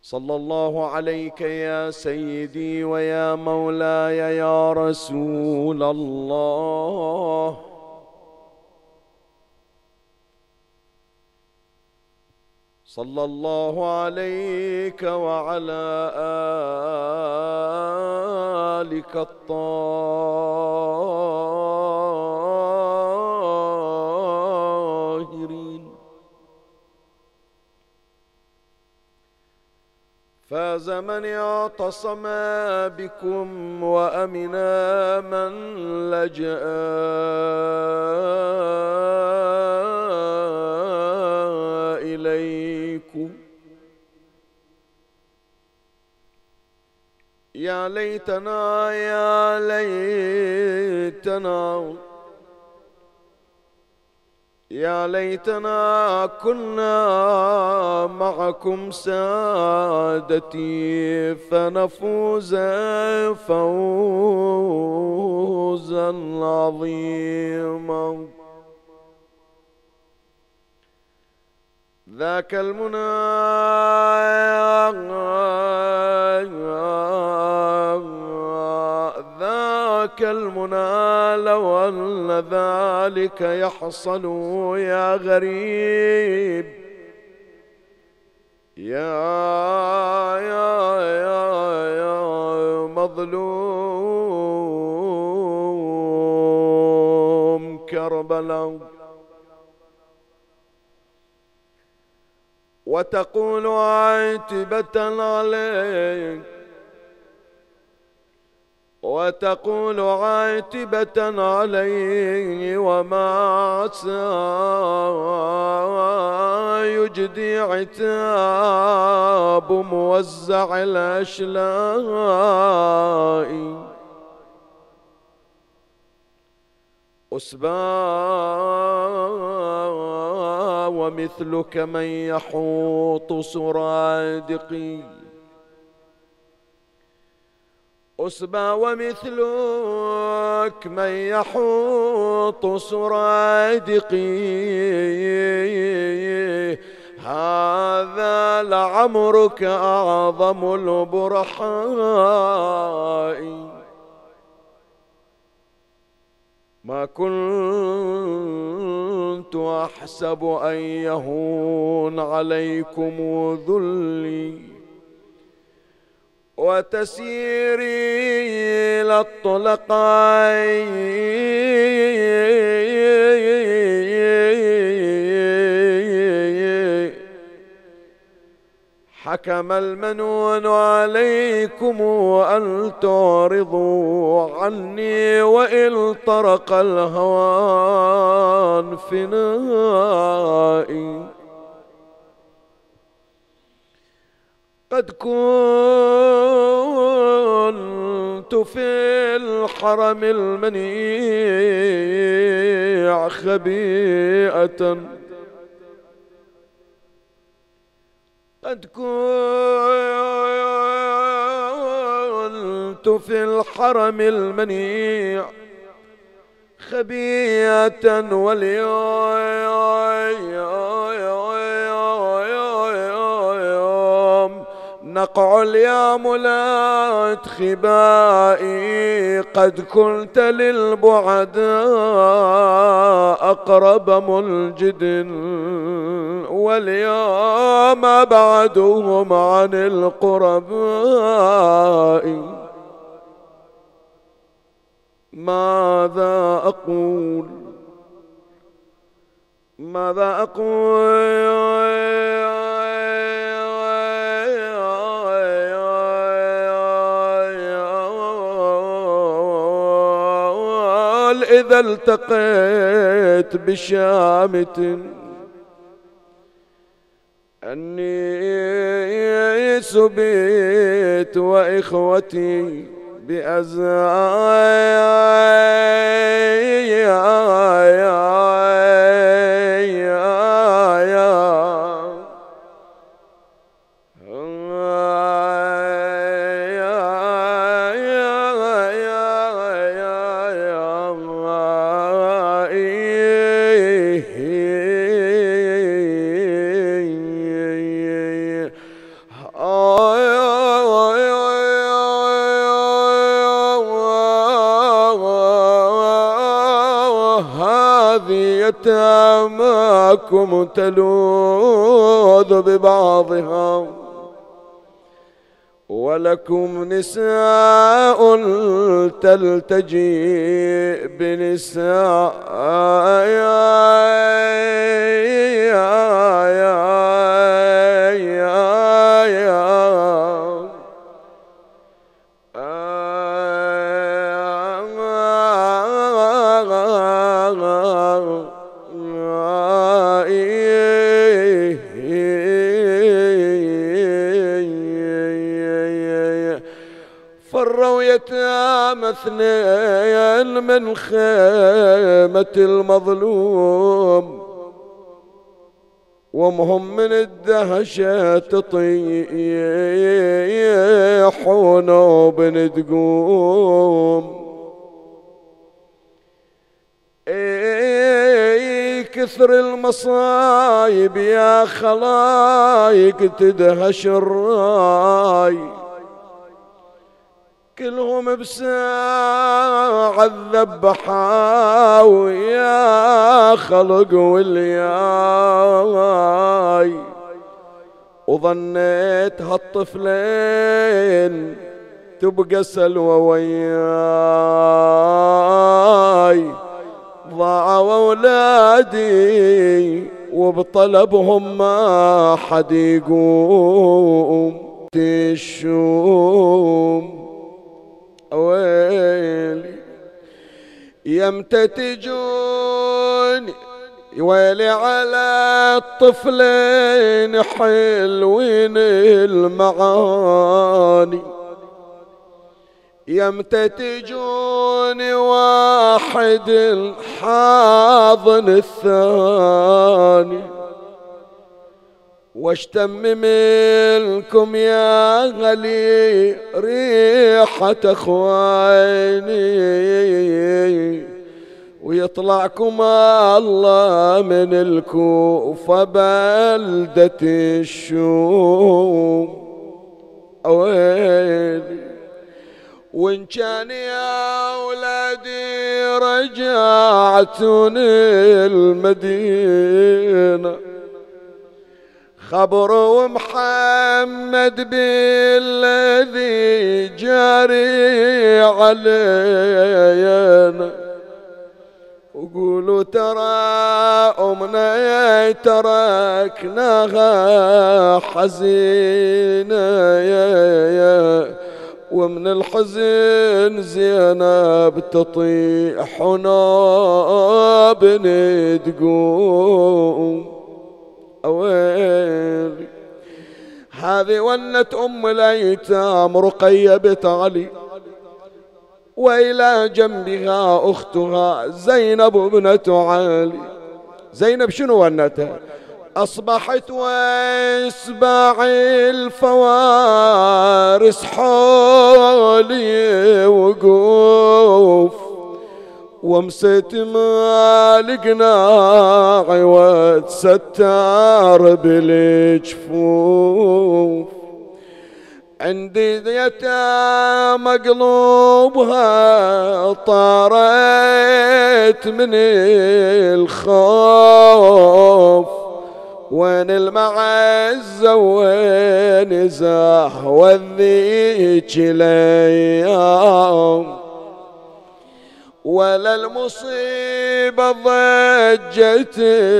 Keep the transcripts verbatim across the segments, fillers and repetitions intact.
صلى الله عليك يا سيدي ويا مولاي يا رسول الله. صلى الله عليك وعلى آلك الطاهرين. فاز من اعتصم بكم وأمنا من لجأ إليكم. يا ليتنا يا ليتنا يا ليتنا كنا معكم سادتي فنفوز فوزا عظيما. ذاك المنى ذاك المنى لو أن ذلك يحصل يا غريب يا يا يا يا مظلوم كربلاء. وتقول عاتبة عليك وتقول عاتبة عليه وما عسى يجدي عتاب موزع الأشلاء. أسبى ومثلك من يحوط سرادقي. أسبى ومثلك من يحوط سرادقي. هذا لعمرك أعظم البرحاء. ما كنت أحسب أن يهون عليكم ذلي وتسيري إلى الطلقاء. حكم المنون عليكم أن تعرضوا عني وإن طرق الهوان فنائي. قد كنت في الحرم المنيع خبيئة. قد كنت في الحرم المنيع خبيئة واليوم نقع اليوم لا خبائي. قد كنت للبعداء أقرب ملجد واليوم بعدهم عن القرباء. ماذا أقول ماذا أقول إذا التقيت بشامت أني سبيت وإخوتي بأزايا. آه يتاماكم تلوذ ببعضها ولكم نساء تلتجي بنساء فروا يتامى اثنين من خيمة المظلوم وهم من الدهشة تطيحون وبنتقوم. اي كثر المصايب يا خلايق تدهش الراي كلهم بساعة الذبحة ويا خلق والياي وظنيت هالطفلين تبقى سلوى وياي ضاعوا أولادي وبطلبهم ما حد يقوم تشوم ويلي يمتى تجون ويلي على الطفلين حلوين المعاني يمتى تجون واحد الحاضن الثاني واشتم منكم يا غلي ريحة اخواني ويطلعكم الله من الكوفة بلدة الشوم ويلي وإن كان يا أولادي رجعتون المدينة خبروا محمد بالذي جاري علينا وقولوا ترى أمنا تركناها حزينة يا يا ومن الحزن زينب تطيح ونابن تقوم أويلي هذه ونت أم الأيتام رقية بنت علي وإلى جنبها أختها زينب ابنة علي. زينب شنو ونتها؟ أصبحت وإسباع الفوارس حولي وقوف ومسيت ما لقنا عواد ستار بالجفوف عندي يتامى قلوبها طارت من الخوف وين المعزة وين زهوة ذيك الأيام ولا المصيبة ضجت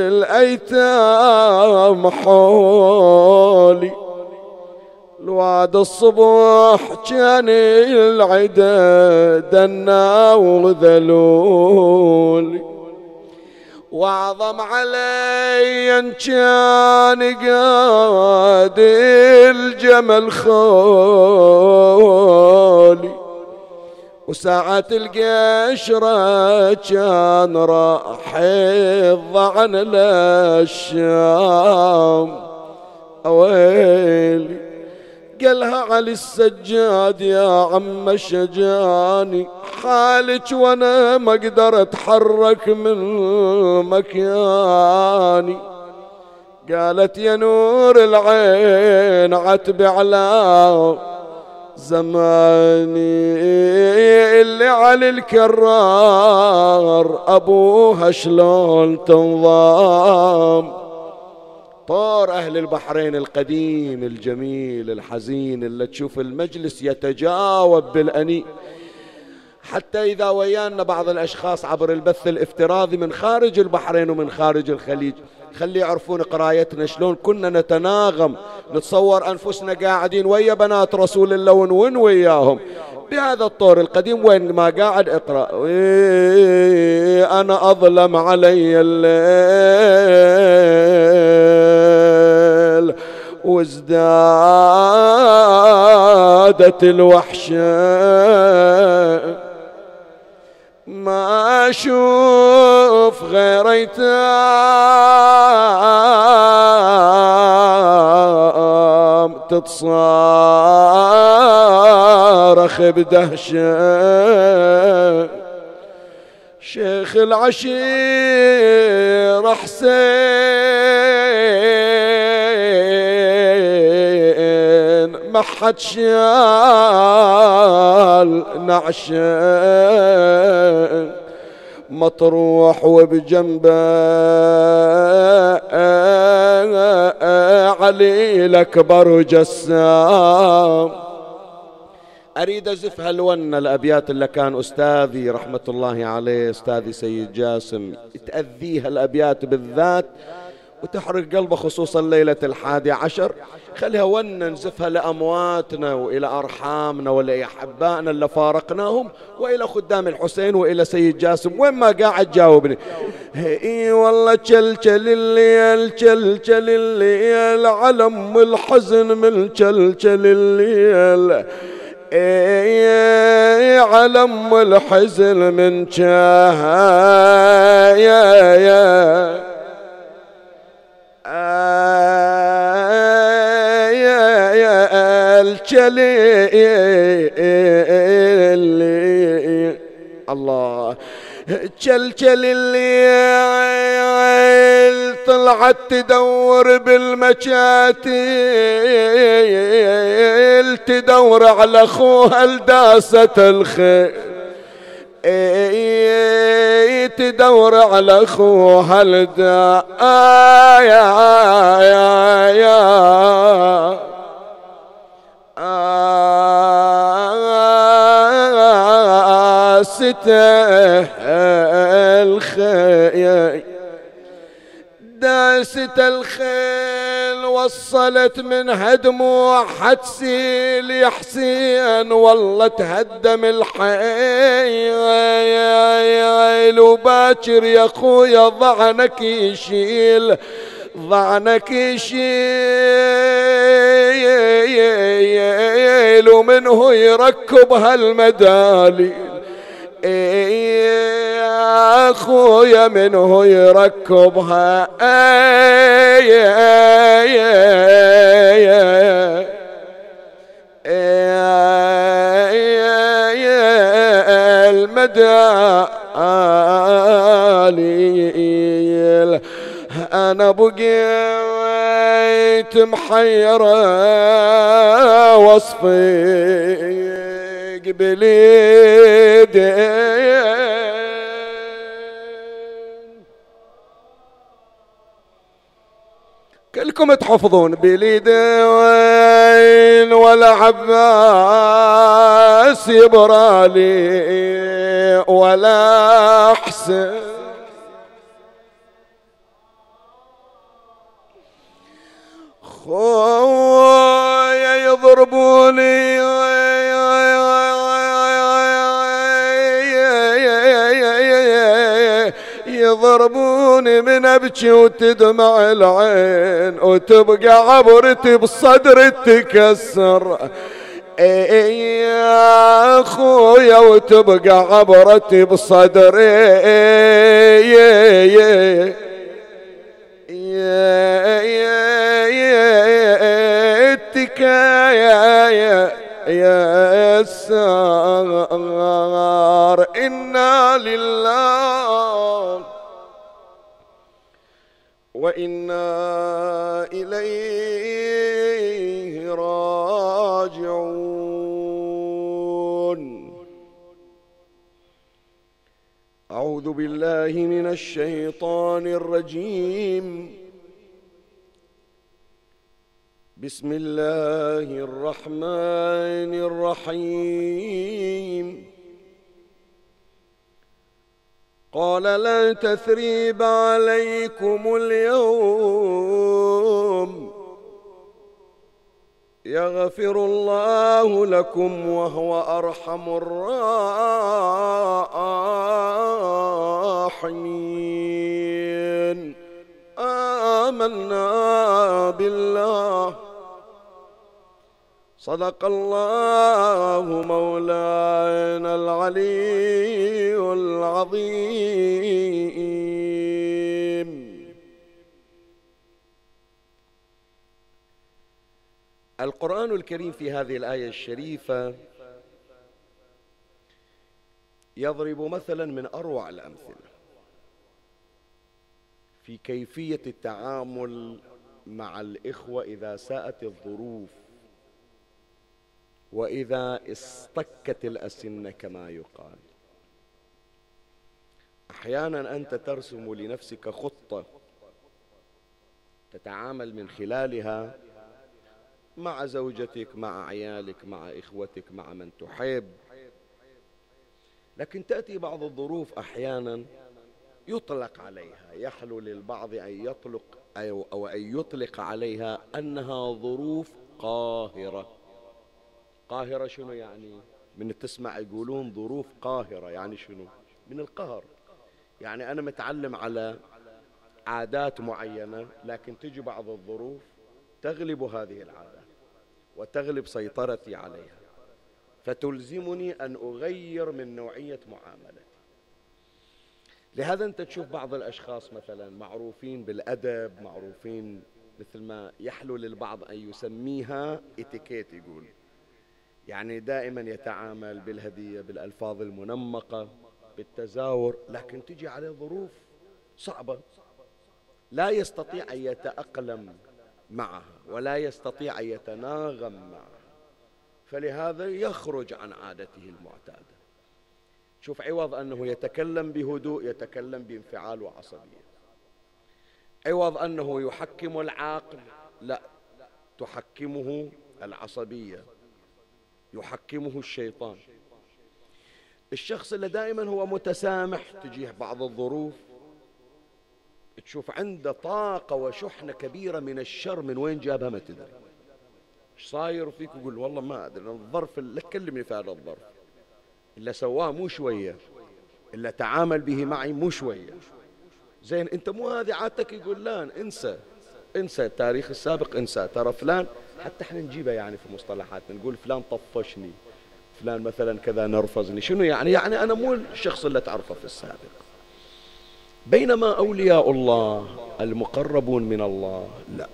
الأيتام حولي الوعد الصبح كان العدا دنا وذلولي واعظم علي ان كان قاد الجمل خولي وساعة القشرة كان راح يضعن للشام اويلي قالها علي السجاد يا عم شجاني حالك وانا ما اقدر اتحرك من مكاني قالت يا نور العين عتب على زماني اللي على الكرار أبوها شلون تنضام. طار أهل البحرين القديم الجميل الحزين اللي تشوف المجلس يتجاوب بالأنين، حتى إذا ويانا بعض الأشخاص عبر البث الافتراضي من خارج البحرين ومن خارج الخليج، خلي يعرفون قرايتنا شلون كنا نتناغم، نتصور أنفسنا قاعدين ويا بنات رسول الله ونون وياهم بهذا الطور القديم. وين ما قاعد اقرأ أنا أظلم علي الليل وازدادت الوحشة، ما أشوف غير أيتام تتصارخ بدهشة. شيخ العشير حسين ما حد شال نعشه، مطروح وبجنبه علي الأكبر جسام. أريد أزف هالونة الأبيات اللي كان أستاذي رحمة الله عليه أستاذي سيد جاسم تأذيها الأبيات بالذات وتحرق قلبه، خصوصا ليلة الحادي عشر. خليها ونة نزفها لأمواتنا وإلى أرحامنا ولأحبائنا اللي فارقناهم وإلى خدام الحسين وإلى سيد جاسم. وين ما قاعد جاوبني اي والله تشلشل الليل تشلشل الليل علم الحزن من تشلشل الليل، اي علم الحزن من شاها يا يا يا يا الجليل الله تشلشل الليل طلعت تدور بالمشاتيل تدور على اخوها لداسة الخيل، تدور على اخوها لدا يا يا يا داسته الخيل داسة الخيل وصلت منها دموع حتسيل يا حسين والله تهدم الحيل وباكر يا اخويا ضعنك يشيل ضعنك يشيل ومنه يركب هالمدالي يا اخويا منه يركبها المدالي. انا بقيت محيرة وصفي بليدين كلكم تحفظون بليدين ولا عباس يبرالي ولا حسين خويا يضربوني يضربوني من ابكي وتدمع العين وتبقى عبرتي بصدري تكسر يا اخويا وتبقى عبرتي بصدري يا يا التكايا يا يا السار إنا لله وإنا إليه راجعون. أعوذ بالله من الشيطان الرجيم. بسم الله الرحمن الرحيم. قال لا تثريب عليكم اليوم يغفر الله لكم وهو أرحم الراحمين. آمنا بالله صدق الله مولانا العلي العظيم. القرآن الكريم في هذه الآية الشريفة يضرب مثلا من أروع الأمثلة في كيفية التعامل مع الإخوة إذا ساءت الظروف وإذا اصطكت الأسنة كما يقال. أحيانا أنت ترسم لنفسك خطة تتعامل من خلالها مع زوجتك، مع عيالك، مع إخوتك، مع من تحب، لكن تأتي بعض الظروف أحيانا يطلق عليها، يحلو للبعض أن يطلق أو أن يطلق عليها أنها ظروف قاهرة. قاهرة شنو يعني؟ من تسمع يقولون ظروف قاهرة، يعني شنو؟ من القهر. يعني أنا متعلم على عادات معينة، لكن تجي بعض الظروف تغلب هذه العادات وتغلب سيطرتي عليها، فتلزمني أن أغير من نوعية معاملتي. لهذا أنت تشوف بعض الأشخاص مثلا معروفين بالأدب، معروفين مثل ما يحلو للبعض أن يسميها اتيكيت، يقول يعني دائما يتعامل بالهدية، بالألفاظ المنمقة، بالتزاور، لكن تجي عليه ظروف صعبة لا يستطيع أن يتأقلم معها ولا يستطيع أن يتناغم معها، فلهذا يخرج عن عادته المعتادة. شوف، عوض أنه يتكلم بهدوء يتكلم بانفعال وعصبية، عوض أنه يحكم العقل لا، تحكمه العصبية، يحكمه الشيطان. الشخص اللي دائما هو متسامح تجيه بعض الظروف تشوف عنده طاقة وشحنة كبيرة من الشر، من وين جابها ما تدري. ايش صاير فيك؟ يقول والله ما أدري، الظرف لا تكلمني في هذا الظرف، اللي سواه مو شوية، اللي تعامل به معي مو شوية. زين أنت مو هذه عادتك؟ يقول لا، انسى انسى التاريخ السابق، انسى، ترى فلان، حتى احنا نجيبه يعني في مصطلحاتنا نقول فلان طفشني، فلان مثلا كذا نرفزني. شنو يعني؟ يعني أنا مو الشخص اللي تعرفه في السابق. بينما أولياء الله المقربون من الله لا،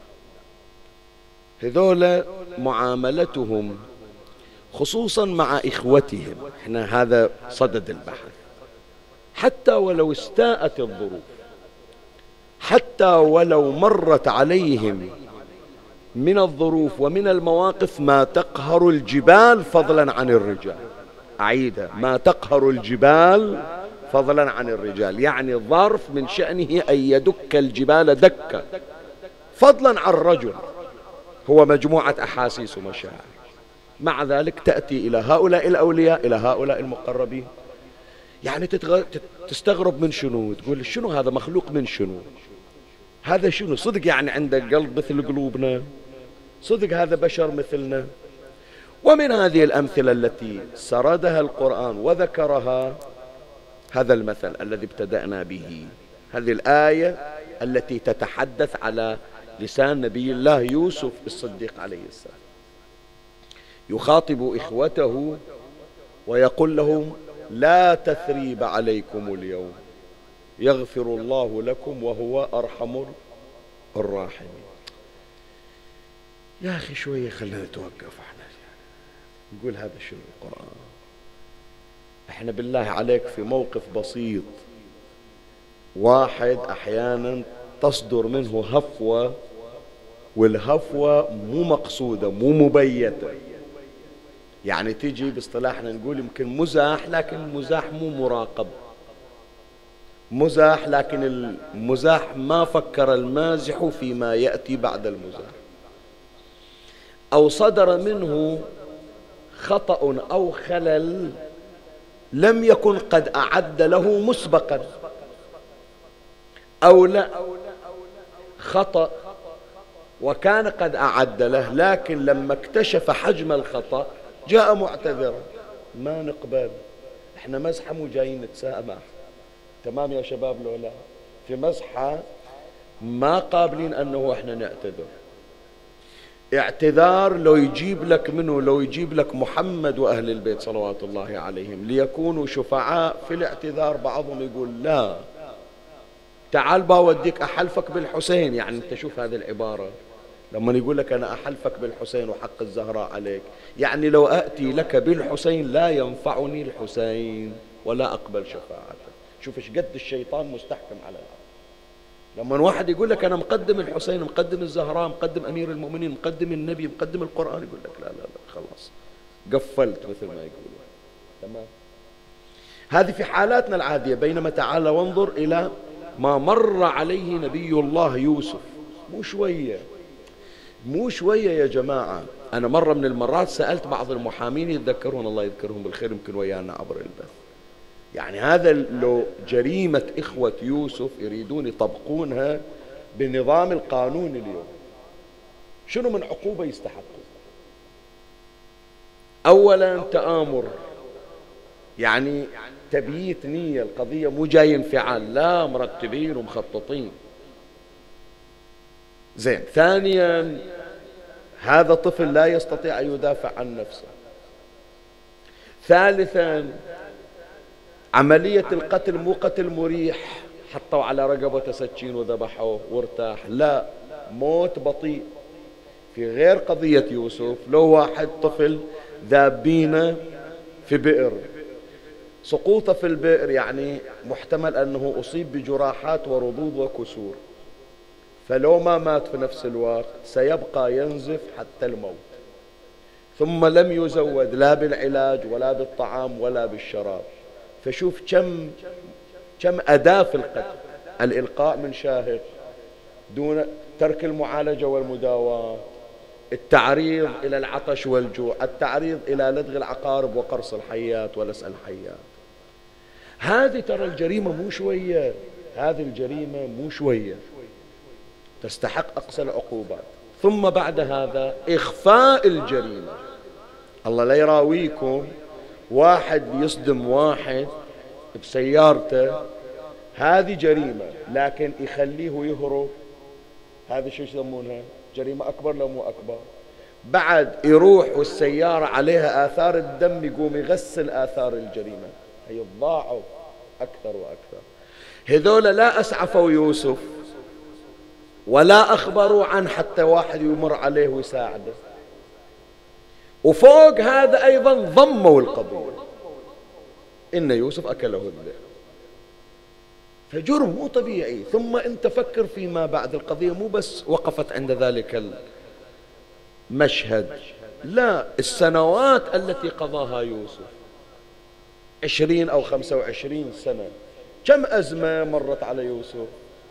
هذول معاملتهم خصوصا مع إخوتهم، احنا هذا صدد البحث، حتى ولو استاءت الظروف، حتى ولو مرت عليهم من الظروف ومن المواقف ما تقهر الجبال فضلا عن الرجال. أعيدها، ما تقهر الجبال فضلا عن الرجال، يعني ظرف من شأنه أن يدك الجبال دكة فضلا عن الرجل، هو مجموعة أحاسيس ومشاعر. مع ذلك تأتي إلى هؤلاء الأولياء، إلى هؤلاء المقربين، يعني تتغ... تستغرب من شنو، تقول شنو هذا مخلوق من شنو، هذا شنو صدق، يعني عنده قلب مثل قلوبنا، صدق هذا بشر مثلنا. ومن هذه الأمثلة التي سردها القرآن وذكرها هذا المثل الذي ابتدأنا به، هذه الآية التي تتحدث على لسان نبي الله يوسف الصديق عليه السلام، يخاطب إخوته ويقول لهم لا تثريب عليكم اليوم يغفر الله لكم وهو أرحم الراحمين. يا أخي شوية خلينا نتوقف احنا، نقول هذا شنو القرآن؟ احنا بالله عليك في موقف بسيط، واحد أحيانا تصدر منه هفوة، والهفوة مو مقصودة مو مبيتة، يعني تيجي باصطلاحنا نقول يمكن مزاح، لكن المزاح مو مراقب، مزاح، لكن المزاح ما فكر المازح فيما يأتي بعد المزاح، أو صدر منه خطأ أو خلل لم يكن قد أعد له مسبقا، أو لا خطأ وكان قد أعد له، لكن لما اكتشف حجم الخطأ جاء معتذرا. ما نقبل، احنا مزحة مو جايين نتسامح، تمام يا شباب؟ لو لا في مزحة ما قابلين أنه احنا نعتذر. اعتذار لو يجيب لك منه، لو يجيب لك محمد وأهل البيت صلوات الله عليهم ليكونوا شفعاء في الاعتذار، بعضهم يقول لا تعال باوديك أحلفك بالحسين. يعني أنت شوف هذه العبارة لما يقول لك أنا أحلفك بالحسين وحق الزهراء عليك، يعني لو أأتي لك بالحسين لا ينفعني الحسين ولا أقبل شفاعته. شوف إيش قد الشيطان مستحكم على الأرض. لما واحد يقول لك أنا مقدم الحسين، مقدم الزهراء، مقدم أمير المؤمنين، مقدم النبي، مقدم القرآن، يقول لك لا لا لا خلاص قفلت مثل ما يقولون. تمام؟ هذه في حالاتنا العادية. بينما تعال وانظر إلى ما مر عليه نبي الله يوسف. مو شوية مو شوية يا جماعة. أنا مرة من المرات سألت بعض المحامين يتذكرون الله يذكرهم بالخير، يمكن ويانا عبر البث، يعني هذا لو جريمة إخوة يوسف يريدون يطبقونها بنظام القانون اليوم، شنو من عقوبة يستحقوا؟ أولا تآمر، يعني تبييت نية، القضية مو جاي انفعال، لا مرتبين ومخططين. زين. ثانيا هذا طفل لا يستطيع أن يدافع عن نفسه. ثالثا عملية القتل مو قتل مريح، حطوا على رقبته سكين وذبحوه وارتاح، لا، موت بطيء. في غير قضية يوسف، لو واحد طفل ذابين في بئر، سقوطه في البئر يعني محتمل أنه أصيب بجراحات ورضوض وكسور، فلو ما مات في نفس الوقت سيبقى ينزف حتى الموت، ثم لم يزود لا بالعلاج ولا بالطعام ولا بالشراب. فشوف كم كم أداة في القتل: الإلقاء من شاهق دون ترك المعالجة والمداواة، التعريض إلى العطش والجوع، التعريض إلى لدغ العقارب وقرص الحيات ولسع الحيات. هذه ترى الجريمة مو شوية، هذه الجريمة مو شوية، تستحق أقصى العقوبات. ثم بعد هذا إخفاء الجريمة. الله لا يراويكم واحد يصدم واحد بسيارته، هذه جريمة، لكن يخليه يهرب، هذه شو يسمونها؟ جريمة أكبر لو مو أكبر. بعد يروح والسيارة عليها آثار الدم، يقوم يغسل آثار الجريمة، هي تضاعف أكثر وأكثر. هذول لا أسعفوا يوسف ولا أخبروا عن حتى واحد يمر عليه ويساعده، وفوق هذا أيضا ضموا القضية، إن يوسف أكله الذئب. فجرم مو طبيعي. ثم أنت فكر فيما بعد، القضية مو بس وقفت عند ذلك المشهد، لا، السنوات التي قضاها يوسف، عشرين أو خمسة وعشرين سنة، كم أزمة مرت على يوسف.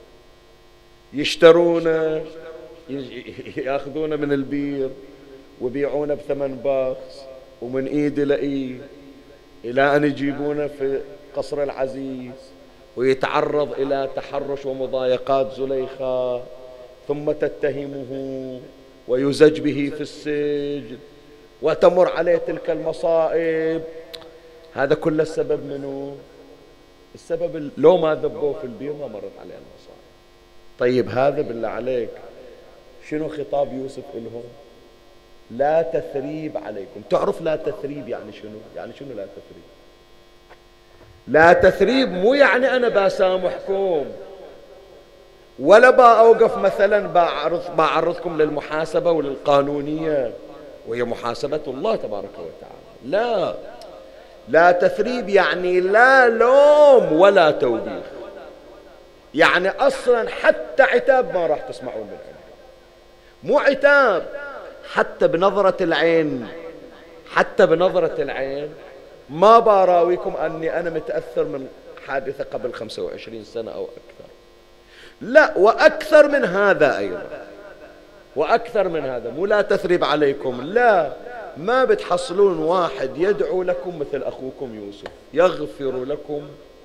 يشترونه، يأخذونه من البير ويبيعونه بثمن باخس ومن إيد لإيد، إلى أن يجيبونه في قصر العزيز ويتعرض إلى تحرش ومضايقات زليخة، ثم تتهمه ويزج به في السجن وتمر عليه تلك المصائب. هذا كله السبب منه؟ السبب لو ما ذبوه في البير ما مرت عليه المصائب. طيب هذا بالله عليك شنو خطاب يوسف لهم؟ لا تثريب عليكم. تعرف لا تثريب يعني شنو؟ يعني شنو لا تثريب؟ لا تثريب مو يعني أنا بسامحكم ولا بأوقف مثلا بعرض بعرضكم للمحاسبة وللقانونية، وهي محاسبة الله تبارك وتعالى. لا، لا تثريب يعني لا لوم ولا توبيخ، يعني أصلا حتى عتاب ما راح تسمعون منه، مو عتاب، حتى بنظرة العين، حتى بنظرة العين ما براويكم أني أنا متأثر من حادثة قبل خمسة وعشرين سنة أو أكثر. لا، وأكثر من هذا أيضا، وأكثر من هذا. مو لا تثريب عليكم، لا، ما بتحصلون واحد يدعو لكم مثل أخوكم يوسف، يغفر لكم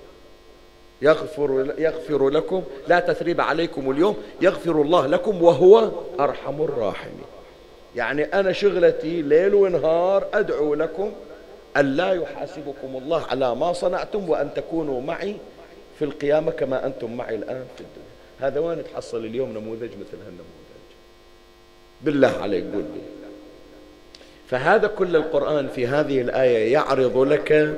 يغفر يغفر لكم، لا تثريب عليكم اليوم، يغفر الله لكم وهو أرحم الراحمين. يعني أنا شغلتي ليل ونهار أدعو لكم أن لا يحاسبكم الله على ما صنعتم، وأن تكونوا معي في القيامة كما أنتم معي الآن في الدنيا. هذا وين تحصل اليوم نموذج مثل هالنموذج؟ بالله عليك قل لي. فهذا كل القرآن في هذه الآية يعرض لك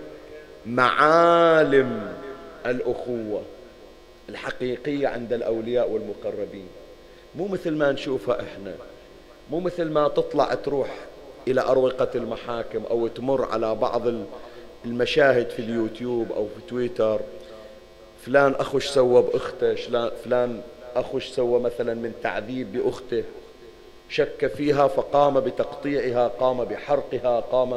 معالم الأخوة الحقيقية عند الأولياء والمقربين، مو مثل ما نشوفها إحنا، مو مثل ما تطلع تروح إلى أروقة المحاكم أو تمر على بعض المشاهد في اليوتيوب أو في تويتر، فلان أخوش سوى بأخته، فلان أخوش سوى مثلا من تعذيب بأخته، شك فيها فقام بتقطيعها، قام بحرقها، قام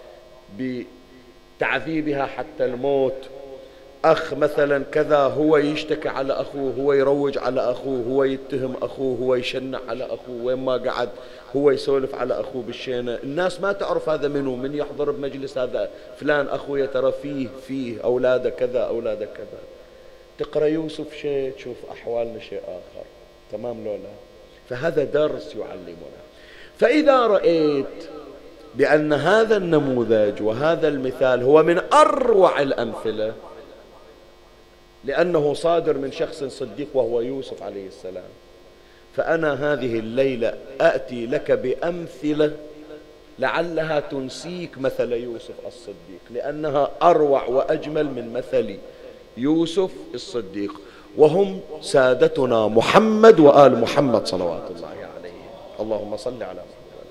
بتعذيبها حتى الموت. أخ مثلا كذا هو يشتكي على أخوه، هو يروج على أخوه، هو يتهم أخوه، هو يشنع على أخوه، وين ما قعد هو يسولف على أخوه بالشينة. الناس ما تعرف هذا منه، من يحضر بمجلس هذا فلان أخوه ترى فيه فيه أولاده كذا أولاده كذا. تقرأ يوسف شيء تشوف أحوالنا شيء آخر، تمام لولا؟ فهذا درس يعلمنا. فإذا رأيت بأن هذا النموذج وهذا المثال هو من أروع الأمثلة، لأنه صادر من شخص صديق وهو يوسف عليه السلام، فأنا هذه الليلة أأتي لك بأمثلة لعلها تنسيك مثل يوسف الصديق، لأنها أروع وأجمل من مثل يوسف الصديق، وهم سادتنا محمد وآل محمد صلوات الله عليه. اللهم صل على محمد.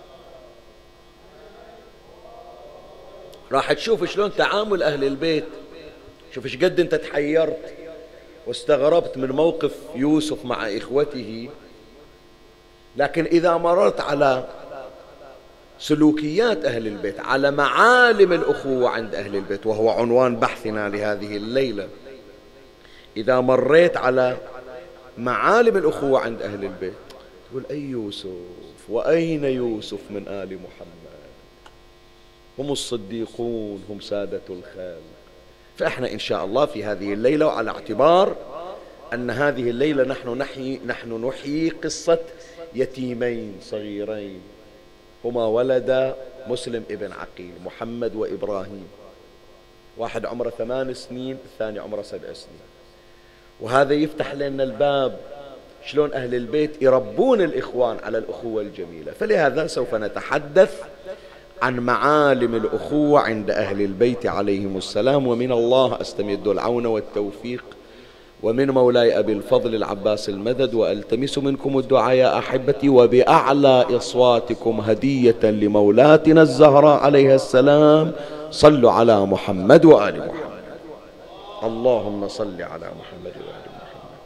راح تشوف شلون تعامل أهل البيت. شوف ايش قد انت تحيرت واستغربت من موقف يوسف مع إخوته، لكن إذا مررت على سلوكيات أهل البيت، على معالم الأخوة عند أهل البيت، وهو عنوان بحثنا لهذه الليلة، إذا مريت على معالم الأخوة عند أهل البيت تقول أي يوسف وأين يوسف من آل محمد؟ هم الصديقون، هم سادة الخلق. فإحنا إن شاء الله في هذه الليلة، وعلى اعتبار أن هذه الليلة نحن نحيي نحن نحيي قصة يتيمين صغيرين هما ولد مسلم ابن عقيل، محمد وإبراهيم، واحد عمره ثمان سنين الثاني عمره سبع سنين. وهذا يفتح لنا الباب شلون أهل البيت يربون الإخوان على الأخوة الجميلة. فلهذا سوف نتحدث عن معالم الأخوة عند أهل البيت عليهم السلام. ومن الله أستمد العون والتوفيق، ومن مولاي أبي الفضل العباس المدد، وألتمس منكم الدعاء يا أحبتي، وبأعلى إصواتكم هدية لمولاتنا الزهراء عليها السلام. صلوا على محمد وآل محمد. اللهم صل على محمد وآل محمد.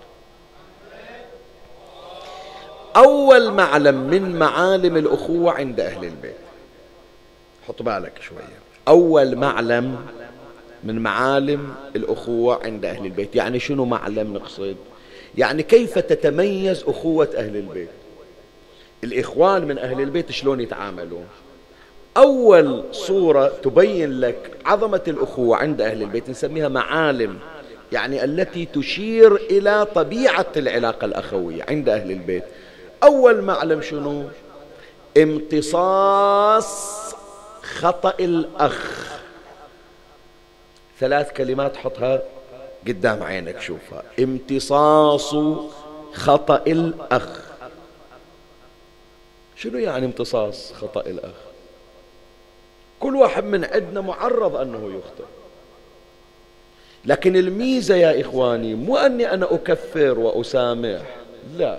أول معلم من معالم الأخوة عند أهل البيت، حط بالك شوية، أول معلم من معالم الأخوة عند أهل البيت. يعني شنو معلم نقصد؟ يعني كيف تتميز أخوة أهل البيت، الإخوان من أهل البيت شلون يتعاملون. أول صورة تبين لك عظمة الأخوة عند أهل البيت نسميها معالم، يعني التي تشير إلى طبيعة العلاقة الأخوية عند أهل البيت. أول معلم شنو؟ امتصاص خطأ الأخ. ثلاث كلمات حطها قدام عينك شوفها. امتصاص خطأ الأخ. شنو يعني امتصاص خطأ الأخ؟ كل واحد من عندنا معرض أنه يخطئ، لكن الميزة يا إخواني مو أني أنا أكفر وأسامح، لا،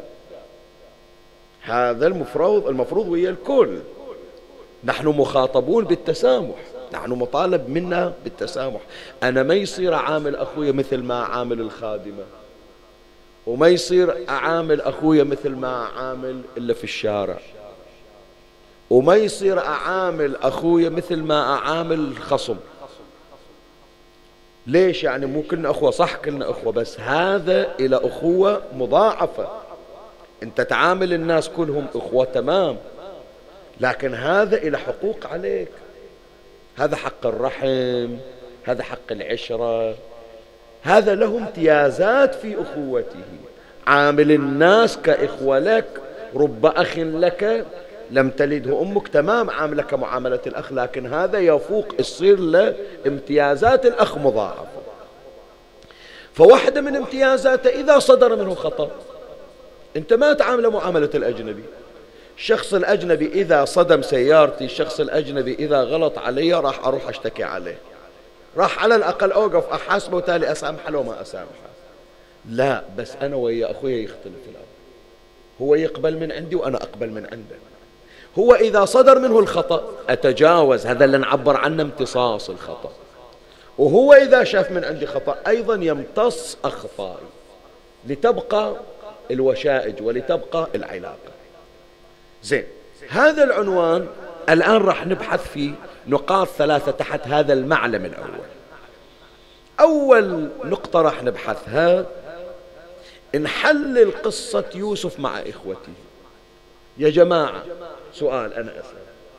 هذا المفروض المفروض ويا الكل. نحن مخاطبون بالتسامح، نحن مطالب منا بالتسامح. أنا ما يصير أعامل أخويا مثل ما أعامل الخادمة، وما يصير أعامل أخويا مثل ما أعامل إلا في الشارع، وما يصير أعامل أخويا مثل ما أعامل الخصم. ليش؟ يعني مو كلنا أخوة، صح كلنا أخوة، بس هذا إلى أخوة مضاعفة. أنت تعامل الناس كلهم أخوة تمام، لكن هذا إلى حقوق عليك. هذا حق الرحم، هذا حق العشرة، هذا له امتيازات في أخوته. عامل الناس كإخوة لك. رب أخ لك لم تلده أمك، تمام، عاملك معاملة الأخ، لكن هذا يفوق، يصير له امتيازات الأخ مضاعفة. فواحدة من امتيازاته إذا صدر منه خطأ، أنت ما تعامله معاملة الأجنبي. الشخص الأجنبي إذا صدم سيارتي، الشخص الأجنبي إذا غلط علي راح أروح أشتكي عليه، راح على الأقل أوقف أحاسبه وتالي أسامحه لو ما أسامحه. لا، بس أنا ويا أخويا يختلف الأمر، هو يقبل من عندي وأنا أقبل من عنده. هو إذا صدر منه الخطأ أتجاوز، هذا اللي نعبر عنه امتصاص الخطأ، وهو إذا شاف من عندي خطأ أيضا يمتص أخطائي لتبقى الوشائج ولتبقى العلاقة. زين، هذا العنوان الآن راح نبحث في نقاط ثلاثة تحت هذا المعلم الأول. أول نقطة راح نبحثها نحلل قصة يوسف مع إخوته. يا جماعة سؤال أنا أسأل،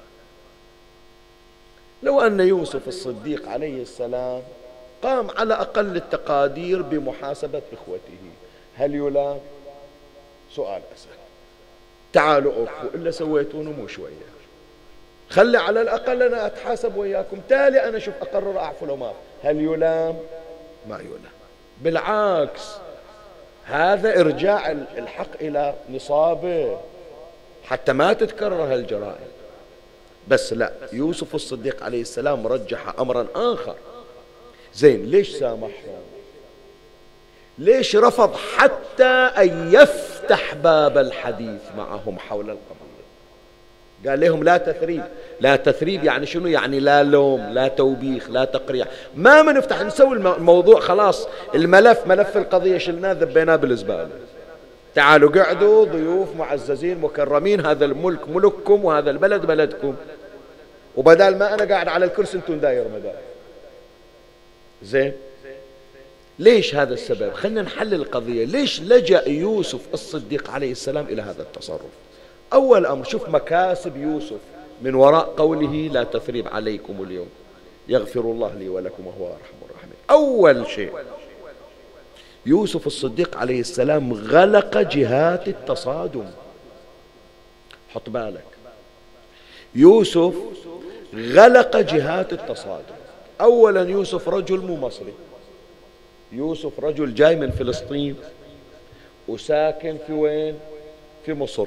لو أن يوسف الصديق عليه السلام قام على أقل التقادير بمحاسبة إخوته، هل يلام؟ سؤال أسأل. تعالوا أخو إلا سويتونه مو شوية، خلي على الأقل أنا أتحاسب وياكم، تالي أنا شوف أقرر أعفو لو ما، هل يلام؟ ما يلام، بالعكس، هذا إرجاع الحق إلى نصابه حتى ما تتكرر هالجرائم. بس لا، يوسف الصديق عليه السلام رجح أمرا آخر. زين، ليش سامحهم؟ ليش رفض حتى أن يفتح باب الحديث معهم حول القضية؟ قال لهم لا تثريب. لا تثريب يعني شنو؟ يعني لا لوم، لا توبيخ، لا تقريع، ما منفتح نسوي الموضوع، خلاص الملف، ملف القضية شلناه ذبيناه بالزبالة، تعالوا قعدوا ضيوف معززين مكرمين، هذا الملك ملككم وهذا البلد بلدكم، وبدال ما أنا قاعد على الكرسي انتم داير مدار. زين، ليش هذا السبب؟ خلنا نحلل القضية. ليش لجأ يوسف الصديق عليه السلام إلى هذا التصرف؟ أول أمر، شوف مكاسب يوسف من وراء قوله لا تثريب عليكم اليوم يغفر الله لي ولكم وهو أرحم الراحمين. أول شيء، يوسف الصديق عليه السلام غلق جهات التصادم. حط بالك، يوسف غلق جهات التصادم. أولا، يوسف رجل مو مصري، يوسف رجل جاي من فلسطين وساكن في وين؟ في مصر،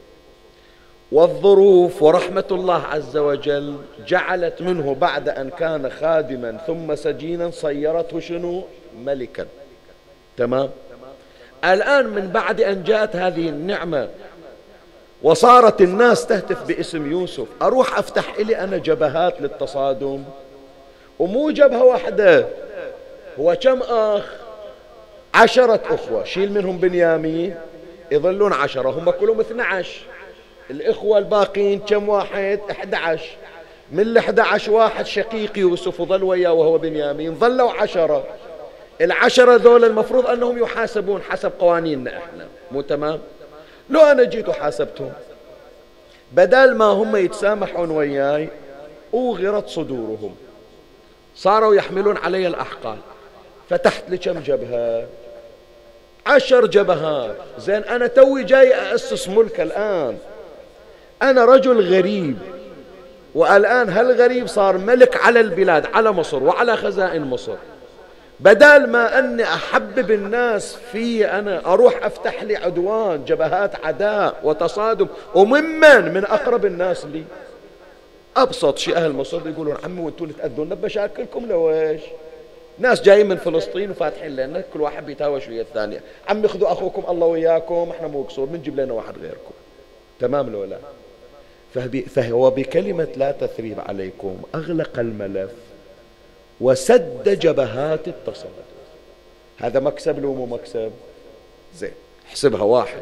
والظروف ورحمة الله عز وجل جعلت منه بعد أن كان خادما ثم سجينا صيرته شنو؟ ملكا. تمام؟ الآن من بعد أن جاءت هذه النعمة وصارت الناس تهتف باسم يوسف، أروح أفتح إلي أنا جبهات للتصادم، ومو جبهة واحدة، هو كم أخ؟ عشرة أخوة، شيل منهم بنيامين يظلون عشرة، هم كلهم اثنى عشر. الإخوة الباقين كم واحد؟ أحد عشر. من الأحد عشر واحد شقيق يوسف وظل وياه وهو بنيامين، ظلوا عشرة. العشرة ذول المفروض أنهم يحاسبون حسب قوانيننا إحنا، مو تمام؟ لو أنا جيت وحاسبتهم، بدل ما هم يتسامحون وياي أوغرت صدورهم، صاروا يحملون علي الأحقال. فتحت لي كم جبهة؟ عشر جبهات. زين، أنا توي جاي أأسس ملك الآن، أنا رجل غريب، والآن هالغريب صار ملك على البلاد، على مصر وعلى خزائن مصر. بدل ما أني أحبب الناس في، أنا أروح أفتح لي عدوان، جبهات عداء وتصادم، وممن من أقرب الناس لي. أبسط شيء أهل مصر يقولون عمي وانتم تأذون بمشاكلكم لو إيش؟ ناس جايين من فلسطين وفاتحين لنا، كل واحد بيتهاوش ويا الثانية، عمي خذوا أخوكم الله وياكم، احنا مو قصور، بنجيب لنا واحد غيركم. تمام لو لا؟ فهو بكلمة لا تثريب عليكم أغلق الملف وسد جبهات التصادم. هذا مكسب لو مو مكسب؟ زين، احسبها واحد.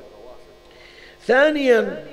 ثانيا،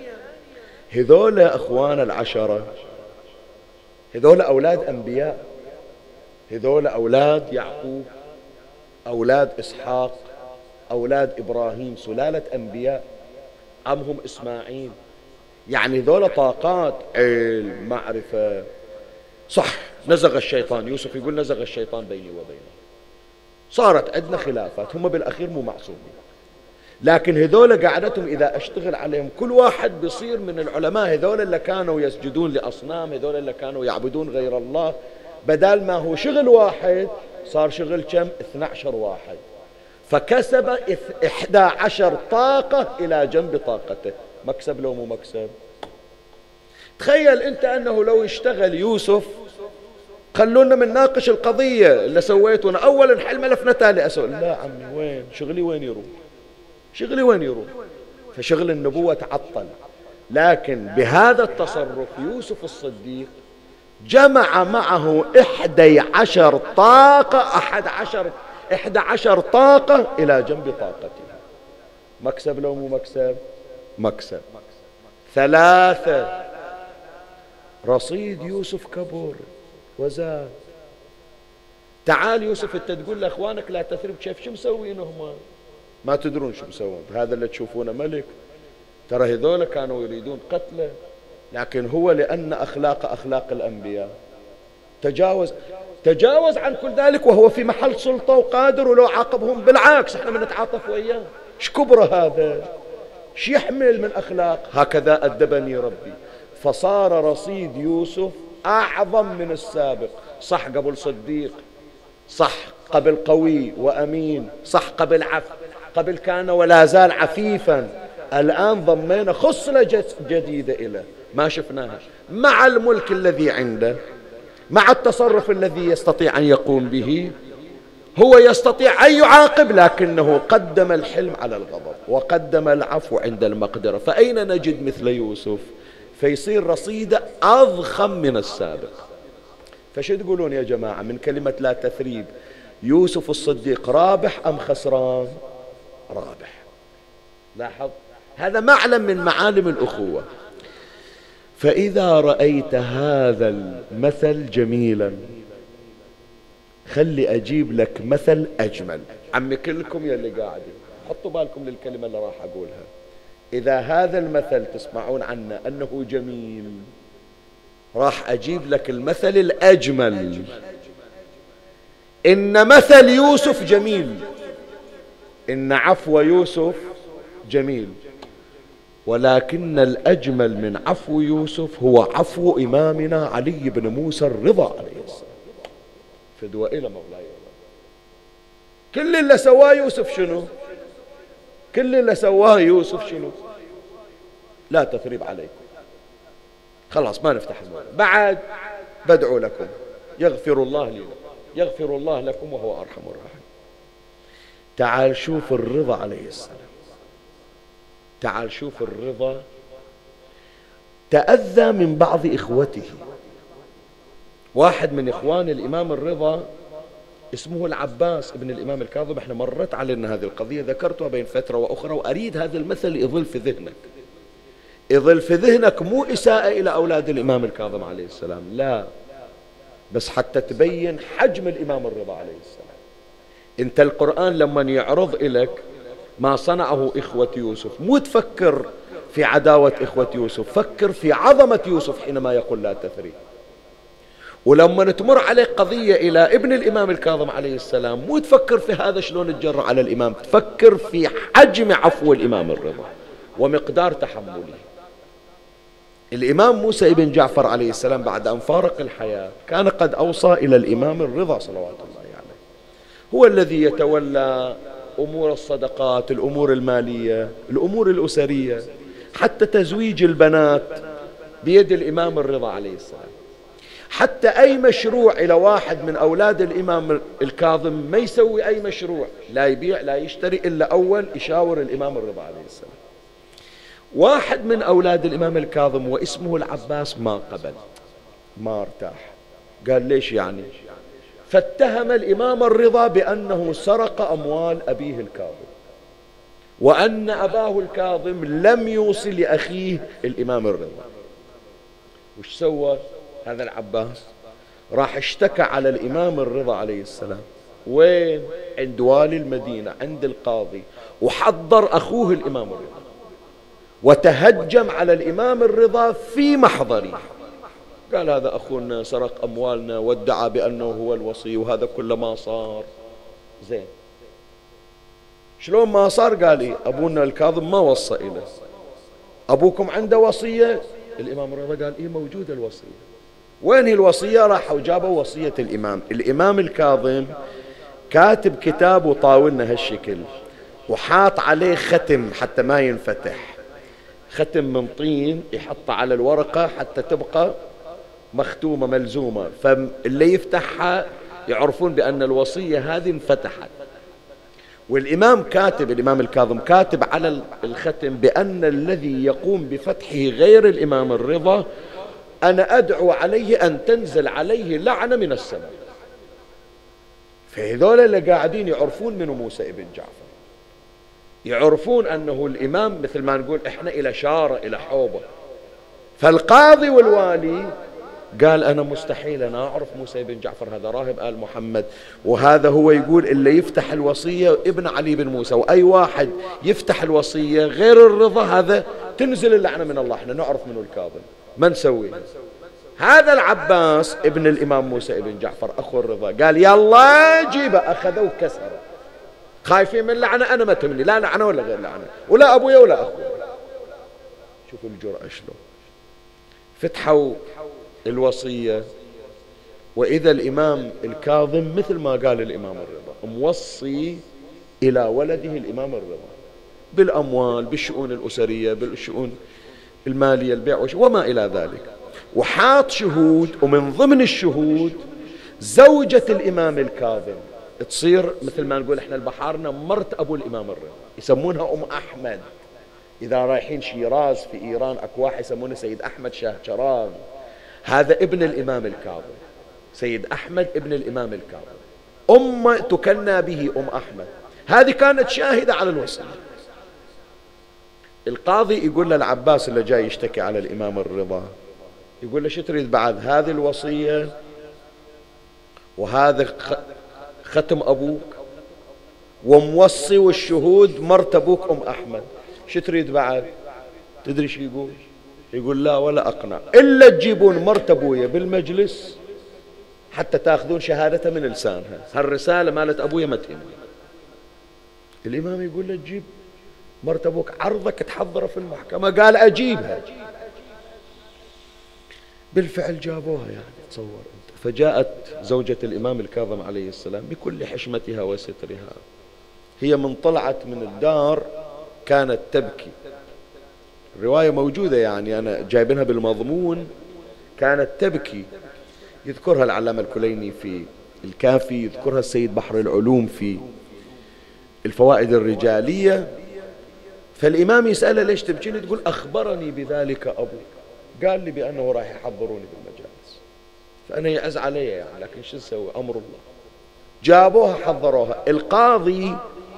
هذول أخوان العشرة، هذول أولاد أنبياء، هذول أولاد يعقوب، أولاد إسحاق، أولاد إبراهيم، سلالة أنبياء، عمهم إسماعيل. يعني ذولا طاقات علم معرفة. صح نزغ الشيطان، يوسف يقول نزغ الشيطان بيني وبينه، صارت عندنا خلافات، هم بالأخير مو معصومين، لكن هذول قعدتهم إذا أشتغل عليهم كل واحد بيصير من العلماء. هذول اللي كانوا يسجدون لأصنام، هذول اللي كانوا يعبدون غير الله، بدل ما هو شغل واحد صار شغل كم؟ اثنى عشر واحد، فكسب إحدى عشر طاقة إلى جنب طاقته. مكسب لو مو مكسب؟ تخيل أنت أنه لو اشتغل يوسف، خلونا من ناقش القضية اللي سويتنا، أولا نحل ملفنا تالي أسأل لا عمي وين شغلي، وين يروح شغلي، وين يروح؟ فشغل النبوة تعطل. لكن بهذا التصرف يوسف الصديق جمع معه إحدى عشر طاقة، أحد عشر إحدى عشر طاقة إلى جنب طاقته. مكسب لو مو مكسب؟ مكسب. ثلاثة، رصيد يوسف كبر وزاد. تعال يوسف انت تقول لاخوانك لا تثريب، كيف شو مسوين هم؟ ما تدرون شو مسوون، هذا اللي تشوفونه ملك، ترى هذول كانوا يريدون قتله، لكن هو لأن أخلاق أخلاق الأنبياء تجاوز تجاوز عن كل ذلك، وهو في محل سلطة وقادر، ولو عاقبهم بالعكس احنا بنتعاطف وياه. ايش كبره هذا؟ ايش يحمل من أخلاق؟ هكذا أدبني ربي. فصار رصيد يوسف أعظم من السابق. صح قبل صديق، صح قبل قوي وأمين، صح قبل عف قبل كان ولا زال عفيفا، الآن ضمينا خصلة جديدة إليه ما شفناها، مع الملك الذي عنده، مع التصرف الذي يستطيع أن يقوم به. هو يستطيع أن يعاقب، لكنه قدم الحلم على الغضب وقدم العفو عند المقدرة. فأين نجد مثل يوسف؟ فيصير رصيده أضخم من السابق. فشو تقولون يا جماعة من كلمة لا تثريب؟ يوسف الصديق رابح أم خسران؟ رابح. لاحظ هذا معلم من معالم الأخوة. فإذا رأيت هذا المثل جميلا، خلي أجيب لك مثل أجمل. عمي كلكم يلي قاعدين حطوا بالكم للكلمة اللي راح أقولها. إذا هذا المثل تسمعون عنه أنه جميل، راح أجيب لك المثل الأجمل. إن مثل يوسف جميل، إن عفو يوسف جميل، ولكن الأجمل من عفو يوسف هو عفو إمامنا علي بن موسى الرضا عليه السلام. فدوى إلى مولاي. كل اللي سواه يوسف شنو؟ كل اللي سواه يوسف شنو؟ لا تثريب عليكم، خلاص ما نفتح الموضوع بعد. بدعو لكم يغفر الله لي، يغفر الله لكم وهو أرحم الراحمين. تعال شوف الرضا عليه السلام، تعال شوف الرضا تأذى من بعض إخوته. واحد من إخوان الإمام الرضا اسمه العباس ابن الإمام الكاظم. احنا مرت علينا هذه القضية، ذكرتها بين فترة وأخرى، وأريد هذا المثل يظل في ذهنك، يظل في ذهنك، مو إساءة إلى أولاد الإمام الكاظم عليه السلام، لا، بس حتى تبين حجم الإمام الرضا عليه السلام. انت القرآن لما يعرض إليك ما صنعه إخوة يوسف، مو تفكر في عداوة إخوة يوسف، فكر في عظمة يوسف حينما يقول لا تثريب. ولما تمر عليك قضية إلى ابن الإمام الكاظم عليه السلام، مو تفكر في هذا شلون تجرأ على الإمام، تفكر في حجم عفو الإمام الرضا ومقدار تحمله. الإمام موسى ابن جعفر عليه السلام بعد أن فارق الحياة كان قد أوصى إلى الإمام الرضا صلوات الله عليه، يعني هو الذي يتولى أمور الصدقات، الأمور المالية، الأمور الأسرية، حتى تزويج البنات بيد الإمام الرضا عليه السلام. حتى أي مشروع إلى واحد من أولاد الإمام الكاظم ما يسوي أي مشروع، لا يبيع لا يشتري إلا أول يشاور الإمام الرضا عليه السلام. واحد من أولاد الإمام الكاظم واسمه العباس ما قبل، ما ارتاح، قال ليش يعني؟ فاتهم الإمام الرضا بأنه سرق أموال أبيه الكاظم، وأن أباه الكاظم لم يوصل لأخيه الإمام الرضا. وش سوى هذا العباس؟ راح اشتكى على الإمام الرضا عليه السلام. وين؟ عند والي المدينة، عند القاضي، وحضر أخوه الإمام الرضا وتهجم على الإمام الرضا في محضري. قال هذا أخونا سرق أموالنا وادعى بأنه هو الوصي، وهذا كله ما صار. زين، شلون ما صار؟ قال إيه؟ أبونا الكاظم ما وصى إليه. أبوكم عنده وصية؟ الإمام الرضا قال إيه موجودة الوصية. وين هي الوصية؟ راحوا جابوا وصية الإمام. الإمام الكاظم كاتب كتاب وطاولنا هالشكل، وحاط عليه ختم حتى ما ينفتح، ختم من طين يحط على الورقة حتى تبقى مختومة ملزومة، فاللي يفتحها يعرفون بأن الوصية هذه انفتحت. والإمام كاتب، الإمام الكاظم كاتب على الختم بأن الذي يقوم بفتحه غير الإمام الرضا أنا أدعو عليه أن تنزل عليه لعنة من السماء. فهذول اللي قاعدين يعرفون منه موسى ابن جعفر، يعرفون أنه الإمام مثل ما نقول إحنا إلى شارة إلى حوبة. فالقاضي والوالي قال أنا مستحيل أنا أعرف موسى بن جعفر، هذا راهب آل محمد، وهذا هو يقول اللي يفتح الوصية ابن علي بن موسى، وأي واحد يفتح الوصية غير الرضا هذا تنزل اللعنة من الله. احنا نعرف منه الكاظم، ما نسوي. هذا العباس ابن الإمام موسى بن جعفر أخو الرضا قال يلا جيبه، أخذه وكسره. خايفين من لعنة؟ أنا ما تمني لا لعنة ولا غير لعنة، ولا أبويا ولا أخوي. شوفوا الجرأة شلون. فتحوا الوصية، وإذا الإمام الكاظم مثل ما قال الإمام الرضا موصي إلى ولده الإمام الرضا بالأموال، بالشؤون الأسرية، بالشؤون المالية، البيع وما إلى ذلك، وحاط شهود، ومن ضمن الشهود زوجة الإمام الكاظم تصير مثل ما نقول احنا البحارنا مرت أبو الإمام الرضا، يسمونها أم أحمد. إذا رايحين شيراز في إيران أكو واحد يسمونه سيد أحمد شاه شراغ، هذا ابن الإمام الكاظم، سيد أحمد ابن الإمام الكاظم، أم تكنى به أم أحمد. هذه كانت شاهدة على الوصية. القاضي يقول للعباس اللي جاي يشتكي على الإمام الرضا، يقول له شو تريد بعد؟ هذه الوصية وهذا ختم أبوك وموصي والشهود مرت أبوك أم أحمد، شو تريد بعد؟ تدري شو يقول؟ يقول لا ولا أقنع إلا تجيبون مرت أبويا بالمجلس حتى تأخذون شهادتها من لسانها، هالرسالة مالت أبويا ما تهمني. الإمام يقول له تجيب مرت أبوك عرضك تحضره في المحكمة، قال أجيبها. بالفعل جابوها، يعني تصور أنت. فجاءت زوجة الإمام الكاظم عليه السلام بكل حشمتها وسترها، هي من طلعت من الدار كانت تبكي. الرواية موجودة يعني أنا جايبينها بالمضمون، كانت تبكي. يذكرها العلامة الكليني في الكافي، يذكرها السيد بحر العلوم في الفوائد الرجالية. فالإمام يسألها ليش تبكين؟ تقول أخبرني بذلك أبوك، قال لي بأنه راح يحضروني بالمجالس، فأنا يعز علي يعني، لكن شو نسوي؟ أمر الله. جابوها حضروها. القاضي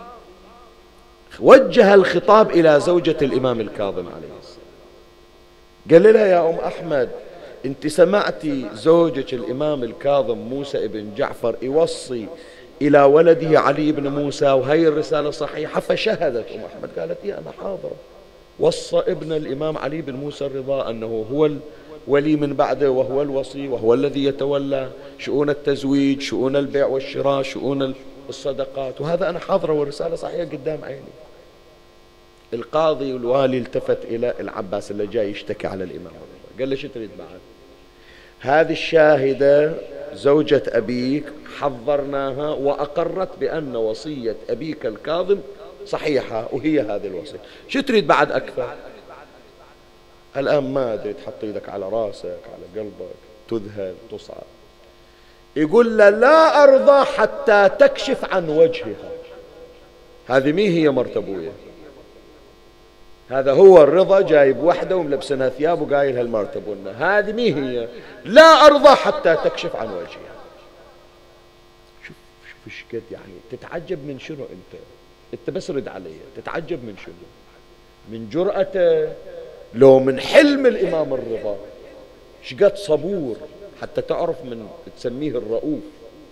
وجه الخطاب إلى زوجة الإمام الكاظم عليه السلام، قال لها يا أم أحمد أنت سمعتي زوجك الإمام الكاظم موسى ابن جعفر يوصي إلى ولده علي بن موسى وهي الرسالة صحيحة؟ فشهدت أم أحمد قالت إيه أنا حاضرة. وصى ابن الإمام علي بن موسى الرضا أنه هو الولي من بعده وهو الوصي وهو الذي يتولى شؤون التزويج، شؤون البيع والشراء، شؤون الصدقات، وهذا أنا حاضرة والرسالة صحيحة قدام عيني. القاضي والوالي التفت إلى العباس اللي جاي يشتكي على الإمام الرضا، قال له شو تريد بعد؟ هذه الشاهدة زوجة أبيك حضرناها وأقرت بأن وصية أبيك الكاظم صحيحة وهي هذه الوصية، شو تريد بعد أكثر؟ الآن ما أدري، تحط يدك على راسك على قلبك تذهل تصعد. يقول له لا أرضى حتى تكشف عن وجهها. هذه مين هي مرت أبويا؟ هذا هو الرضا جايب وحده وملبسنها ثياب وقايلها المرت أبونا، هذه مين هي؟ لا أرضى حتى تكشف عن وجهها. شوف شوف ايش قد يعني تتعجب من شنو أنت؟ أنت بس رد علي، تتعجب من شنو؟ من جرأته، لو من حلم الإمام الرضا، شقد صبور حتى تعرف من تسميه الرؤوف.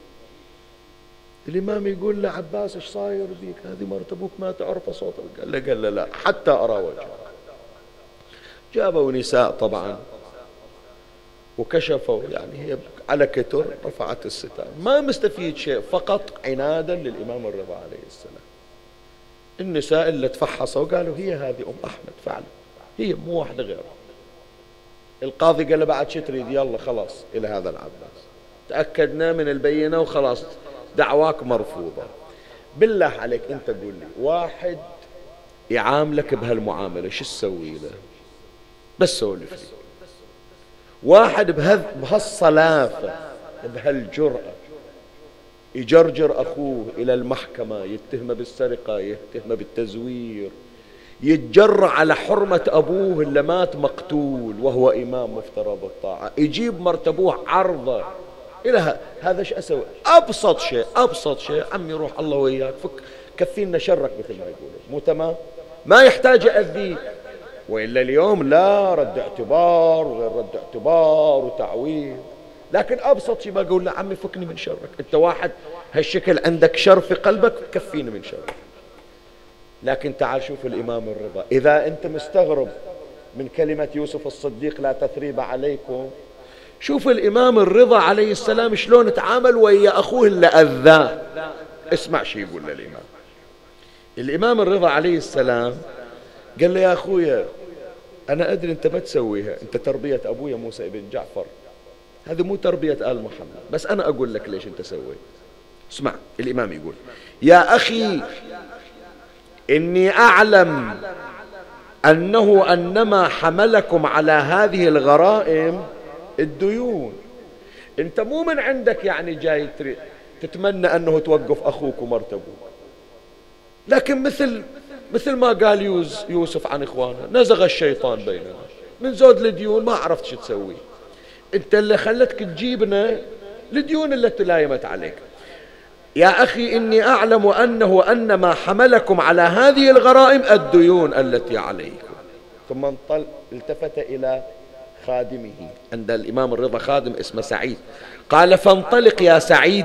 الإمام يقول له عباس ايش صاير بيك؟ هذه مرت أبوك ما تعرف صوتك. قال له قال له لا حتى أرى وجهه. جابوا نساء طبعا وكشفوا، يعني هي على كتر رفعت الستار، ما مستفيد شيء، فقط عنادا للإمام الرضا عليه السلام. النساء اللي تفحصوا قالوا هي هذه أم أحمد فعلا، هي مو واحدة غيرها. القاضي قال له بعد شو تريد؟ يلا خلاص إلى هذا العباس، تأكدنا من البينة وخلاص دعواك مرفوضة. بالله عليك أنت قول لي واحد يعاملك بهالمعاملة شو تسوي له؟ بس سولف لي. واحد بهالصلافة بهالجرأة يجرجر أخوه إلى المحكمة، يتهمه بالسرقة، يتهمه بالتزوير، يتجرع على حرمة أبوه اللي مات مقتول وهو إمام مفترض الطاعة، يجيب مرتبوه عرضه إلى هذا. شو أسوي؟ أبسط شيء أبسط شيء عمي روح الله وياك فك كفينا شرك مثل ما يقولوا، مو تمام؟ ما يحتاج أذيه. وإلا اليوم لا رد اعتبار وغير رد اعتبار وتعويض. لكن أبسط شيء بقول له عمي فكني من شرك، أنت واحد هالشكل عندك شر في قلبك كفيني من شرك. لكن تعال شوف الإمام الرضا، إذا أنت مستغرب من كلمة يوسف الصديق لا تثريب عليكم، شوف الإمام الرضا عليه السلام شلون تعامل ويا أخوه اللي أذاه. اسمع شي يقول للإمام. الإمام الرضا عليه السلام قال له يا أخويا أنا أدري أنت ما تسويها، أنت تربية أبويا موسى بن جعفر، هذه مو تربية آل محمد، بس أنا أقول لك ليش أنت سويت. اسمع الإمام يقول يا أخي إني أعلم أنه أنما حملكم على هذه الغرائم الديون. أنت مو من عندك يعني جاي تتمنى أنه توقف أخوك ومرت أبوك، لكن مثل مثل ما قال يوسف عن إخوانه نزغ الشيطان بيننا، من زود الديون ما عرفت شو تسوي. أنت اللي خلتك تجيبنا الديون اللي تلايمت عليك. يا أخي إني أعلم أنه أنما حملكم على هذه الغرائم الديون التي عليكم. ثم انطل التفت إلى خادمه، عند الإمام الرضا خادم اسمه سعيد، قال فانطلق يا سعيد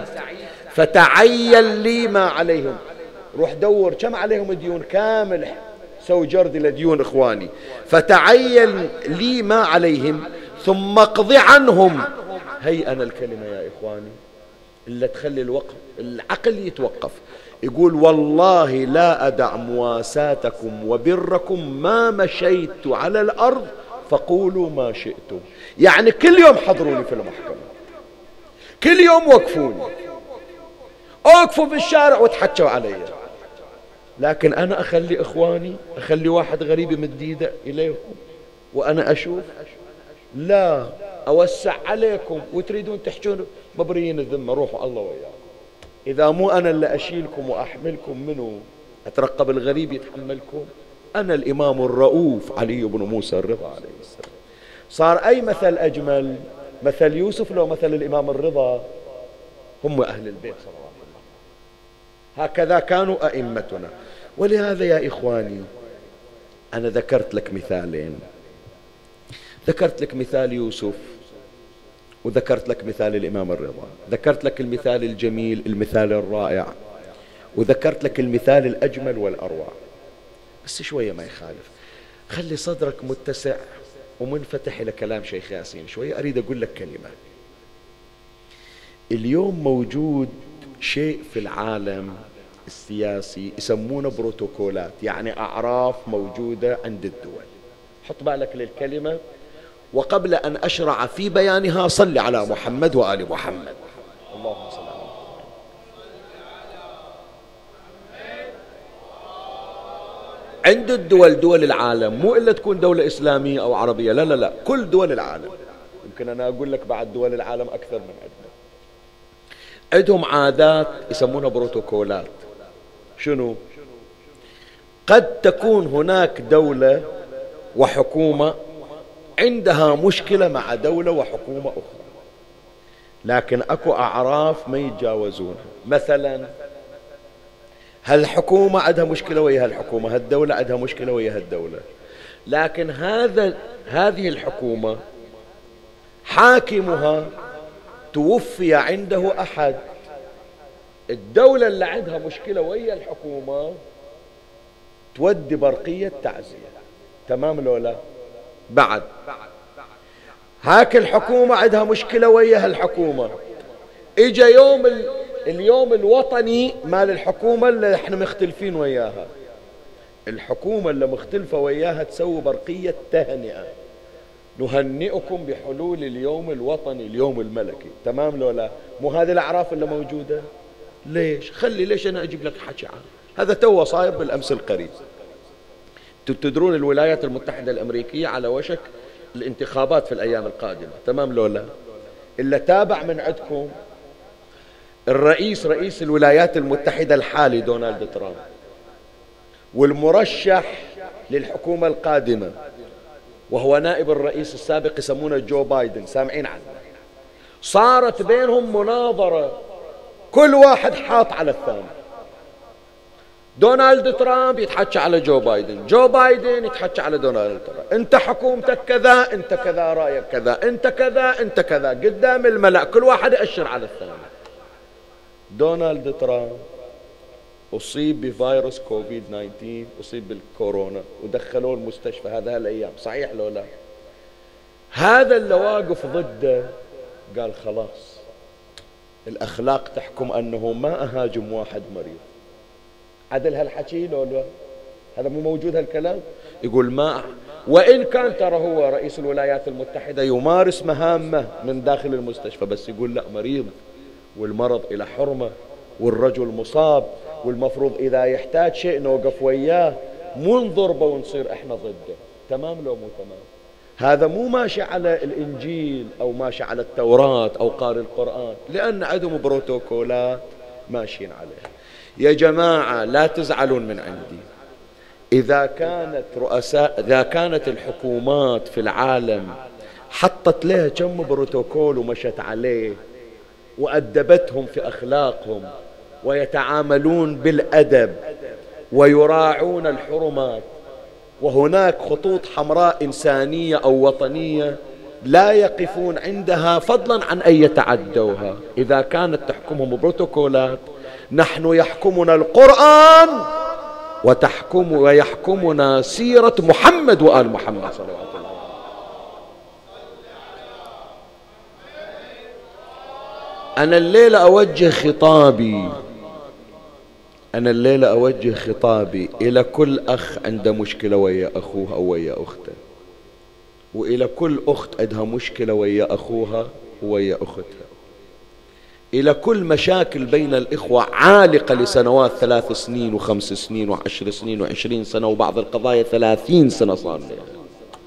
فتعين لي ما عليهم. روح دور كم عليهم ديون كامل، سو جرد لديون إخواني، فتعين لي ما عليهم ثم اقض عنهم. هي أنا الكلمة يا إخواني اللي تخلي الوقف العقل يتوقف. يقول والله لا أدع مواساتكم وبركم ما مشيت على الأرض فقولوا ما شئتم. يعني كل يوم حضروني في المحكمة، كل يوم وقفوني، اوقفوا في الشارع وتحكوا علي، لكن أنا أخلي إخواني، أخلي واحد غريب يمد ايده إليهم وأنا أشوف؟ لا، أوسع عليكم وتريدون تحجون مبريين الذمة، روحوا الله وياكم. إذا مو أنا اللي أشيلكم وأحملكم منه أترقب الغريب يتحملكم؟ أنا الإمام الرؤوف علي بن موسى الرضا عليه السلام. صار أي مثل أجمل؟ مثل يوسف لو مثل الإمام الرضا؟ هم أهل البيت صلى الله عليه وسلم، هكذا كانوا أئمتنا. ولهذا يا إخواني أنا ذكرت لك مثالين، ذكرت لك مثال يوسف وذكرت لك مثال الإمام الرضا، ذكرت لك المثال الجميل المثال الرائع، وذكرت لك المثال الأجمل والأروع. بس شوية ما يخالف، خلي صدرك متسع ومنفتح إلى كلام شيخ ياسين. شوية أريد أقول لك كلمة. اليوم موجود شيء في العالم السياسي يسمونه بروتوكولات، يعني أعراف موجودة عند الدول. حط بالك للكلمة، وقبل أن أشرع في بيانها صل على محمد وآل محمد. اللهم صل على محمد. عند الدول، دول العالم، مو إلا تكون دولة إسلامية أو عربية، لا لا لا، كل دول العالم. يمكن أنا أقول لك بعد دول العالم أكثر من عندنا. عندهم عادات يسمونها بروتوكولات. شنو؟ قد تكون هناك دولة وحكومة عندها مشكلة مع دولة وحكومة أخرى، لكن أكو أعراف ما يتجاوزونها. مثلا هالحكومة عندها مشكلة ويا هالحكومة، هالدولة عندها مشكلة ويا هالدولة، لكن هذا هذه الحكومة حاكمها توفي عنده أحد، الدولة اللي عندها مشكلة ويا الحكومة تودي برقية تعزية، تمام لولا؟ بعد هاك الحكومة عندها مشكلة ويا الحكومة، اجا يوم ال... اليوم الوطني مال الحكومة اللي احنا مختلفين وياها، الحكومة اللي مختلفة وياها تسوي برقية تهنئة، نهنئكم بحلول اليوم الوطني اليوم الملكي، تمام لولا؟ مو هذه الأعراف اللي موجودة؟ ليش؟ خلي ليش أنا أجيب لك حكي عنه، هذا تو صاير بالأمس القريب. تدرون الولايات المتحدة الأمريكية على وشك الانتخابات في الأيام القادمة، تمام لولا؟ إلا تابع من عندكم الرئيس رئيس الولايات المتحدة الحالي دونالد ترامب، والمرشح للحكومة القادمة وهو نائب الرئيس السابق يسمونه جو بايدن، سامعين عنه؟ صارت بينهم مناظرة، كل واحد حاط على الثاني، دونالد ترامب يتحكى على جو بايدن، جو بايدن يتحكى على دونالد ترامب، انت حكومتك كذا، انت كذا، رايك كذا، انت كذا، انت كذا، قدام الملأ كل واحد يأشر على الثاني. دونالد ترامب أصيب بفيروس كوفيد تسعة عشر، أصيب بالكورونا ودخلوه المستشفى هذا الأيام، صحيح لو لا؟ هذا اللي واقف ضده قال خلاص الأخلاق تحكم أنه ما أهاجم واحد مريض. عدل هالحكي لو لا؟ هذا مو موجود هالكلام؟ يقول ما، وإن كان ترى هو رئيس الولايات المتحدة يمارس مهامه من داخل المستشفى، بس يقول لا، مريض والمرض إلى حرمة والرجل مصاب، والمفروض إذا يحتاج شيء نوقف وياه، مو نضربه ونصير إحنا ضده، تمام لو مو تمام؟ هذا مو ماشي على الإنجيل أو ماشي على التوراة أو قارئ القرآن، لأن عندهم بروتوكولات ماشيين عليها. يا جماعة لا تزعلون من عندي، إذا كانت رؤساء إذا كانت الحكومات في العالم حطت لها كم بروتوكول ومشت عليه وأدبتهم في أخلاقهم ويتعاملون بالأدب ويراعون الحرمات، وهناك خطوط حمراء إنسانية أو وطنية لا يقفون عندها فضلا عن أن يتعدوها، إذا كانت تحكمهم بروتوكولات، نحن يحكمنا القرآن وتحكم ويحكمنا سيرة محمد وآل محمد صلوات الله. أنا الليلة أوجه خطابي أنا الليلة أوجه خطابي إلى كل أخ عنده مشكلة ويا أخوه أو ويا أخته، وإلى كل أخت عندها مشكلة ويا أخوها ويا أختها، إلى كل مشاكل بين الإخوة عالقة لسنوات، ثلاث سنين وخمس سنين وعشر سنين وعشرين سنة، وبعض القضايا ثلاثين سنة صار لها.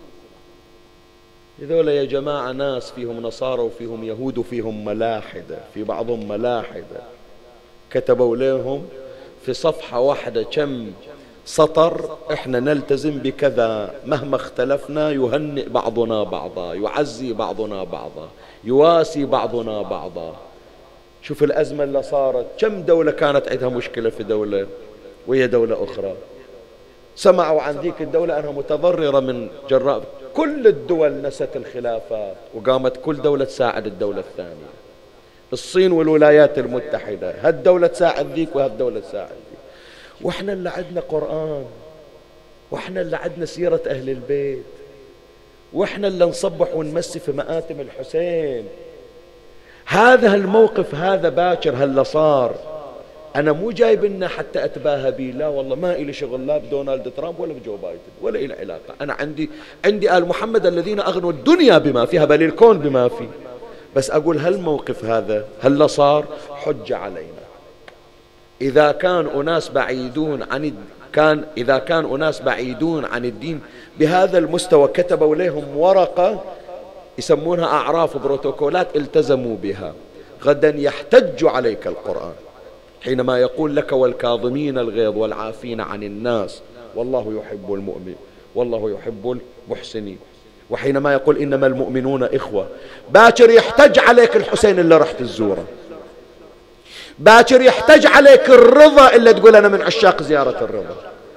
هذول يا جماعة ناس فيهم نصارى وفيهم يهود وفيهم ملاحدة، في بعضهم ملاحدة كتبوا لهم في صفحة واحدة كم سطر: احنا نلتزم بكذا، مهما اختلفنا يهنئ بعضنا بعضا، يعزي بعضنا بعضا، يواسي بعضنا بعضا. شوف الأزمة اللي صارت، كم دولة كانت عندها مشكلة في دولة وهي دولة أخرى، سمعوا عن ذيك الدولة أنها متضررة من جراء، كل الدول نست الخلافات وقامت كل دولة تساعد الدولة الثانية. الصين والولايات المتحدة، هالدولة تساعد ذيك وهالدولة تساعد ذيك، واحنا اللي عندنا قرآن، واحنا اللي عندنا سيرة أهل البيت، واحنا اللي نصبح ونمسي في مآتم الحسين. هذا الموقف هذا باكر هلا صار، أنا مو جايب لنا حتى أتباهى به، لا والله، ما إلي شغل لا بدونالد ترامب ولا بجو بايدن ولا إلي علاقة. أنا عندي عندي آل محمد الذين أغنوا الدنيا بما فيها بل الكون بما فيه، بس أقول هالموقف هذا هلا صار حجة علينا. إذا كان أناس بعيدون عن كان إذا كان أناس بعيدون عن الدين بهذا المستوى كتبوا لهم ورقة يسمونها أعراف بروتوكولات التزموا بها، غدا يحتج عليك القرآن حينما يقول لك: والكاظمين الغيظ والعافين عن الناس والله يحب المؤمن والله يحب المحسنين، وحينما يقول إنما المؤمنون إخوة. باكر يحتج عليك الحسين اللي رحت الزوره، باكر يحتج عليك الرضا اللي تقول أنا من عشاق زيارة الرضا،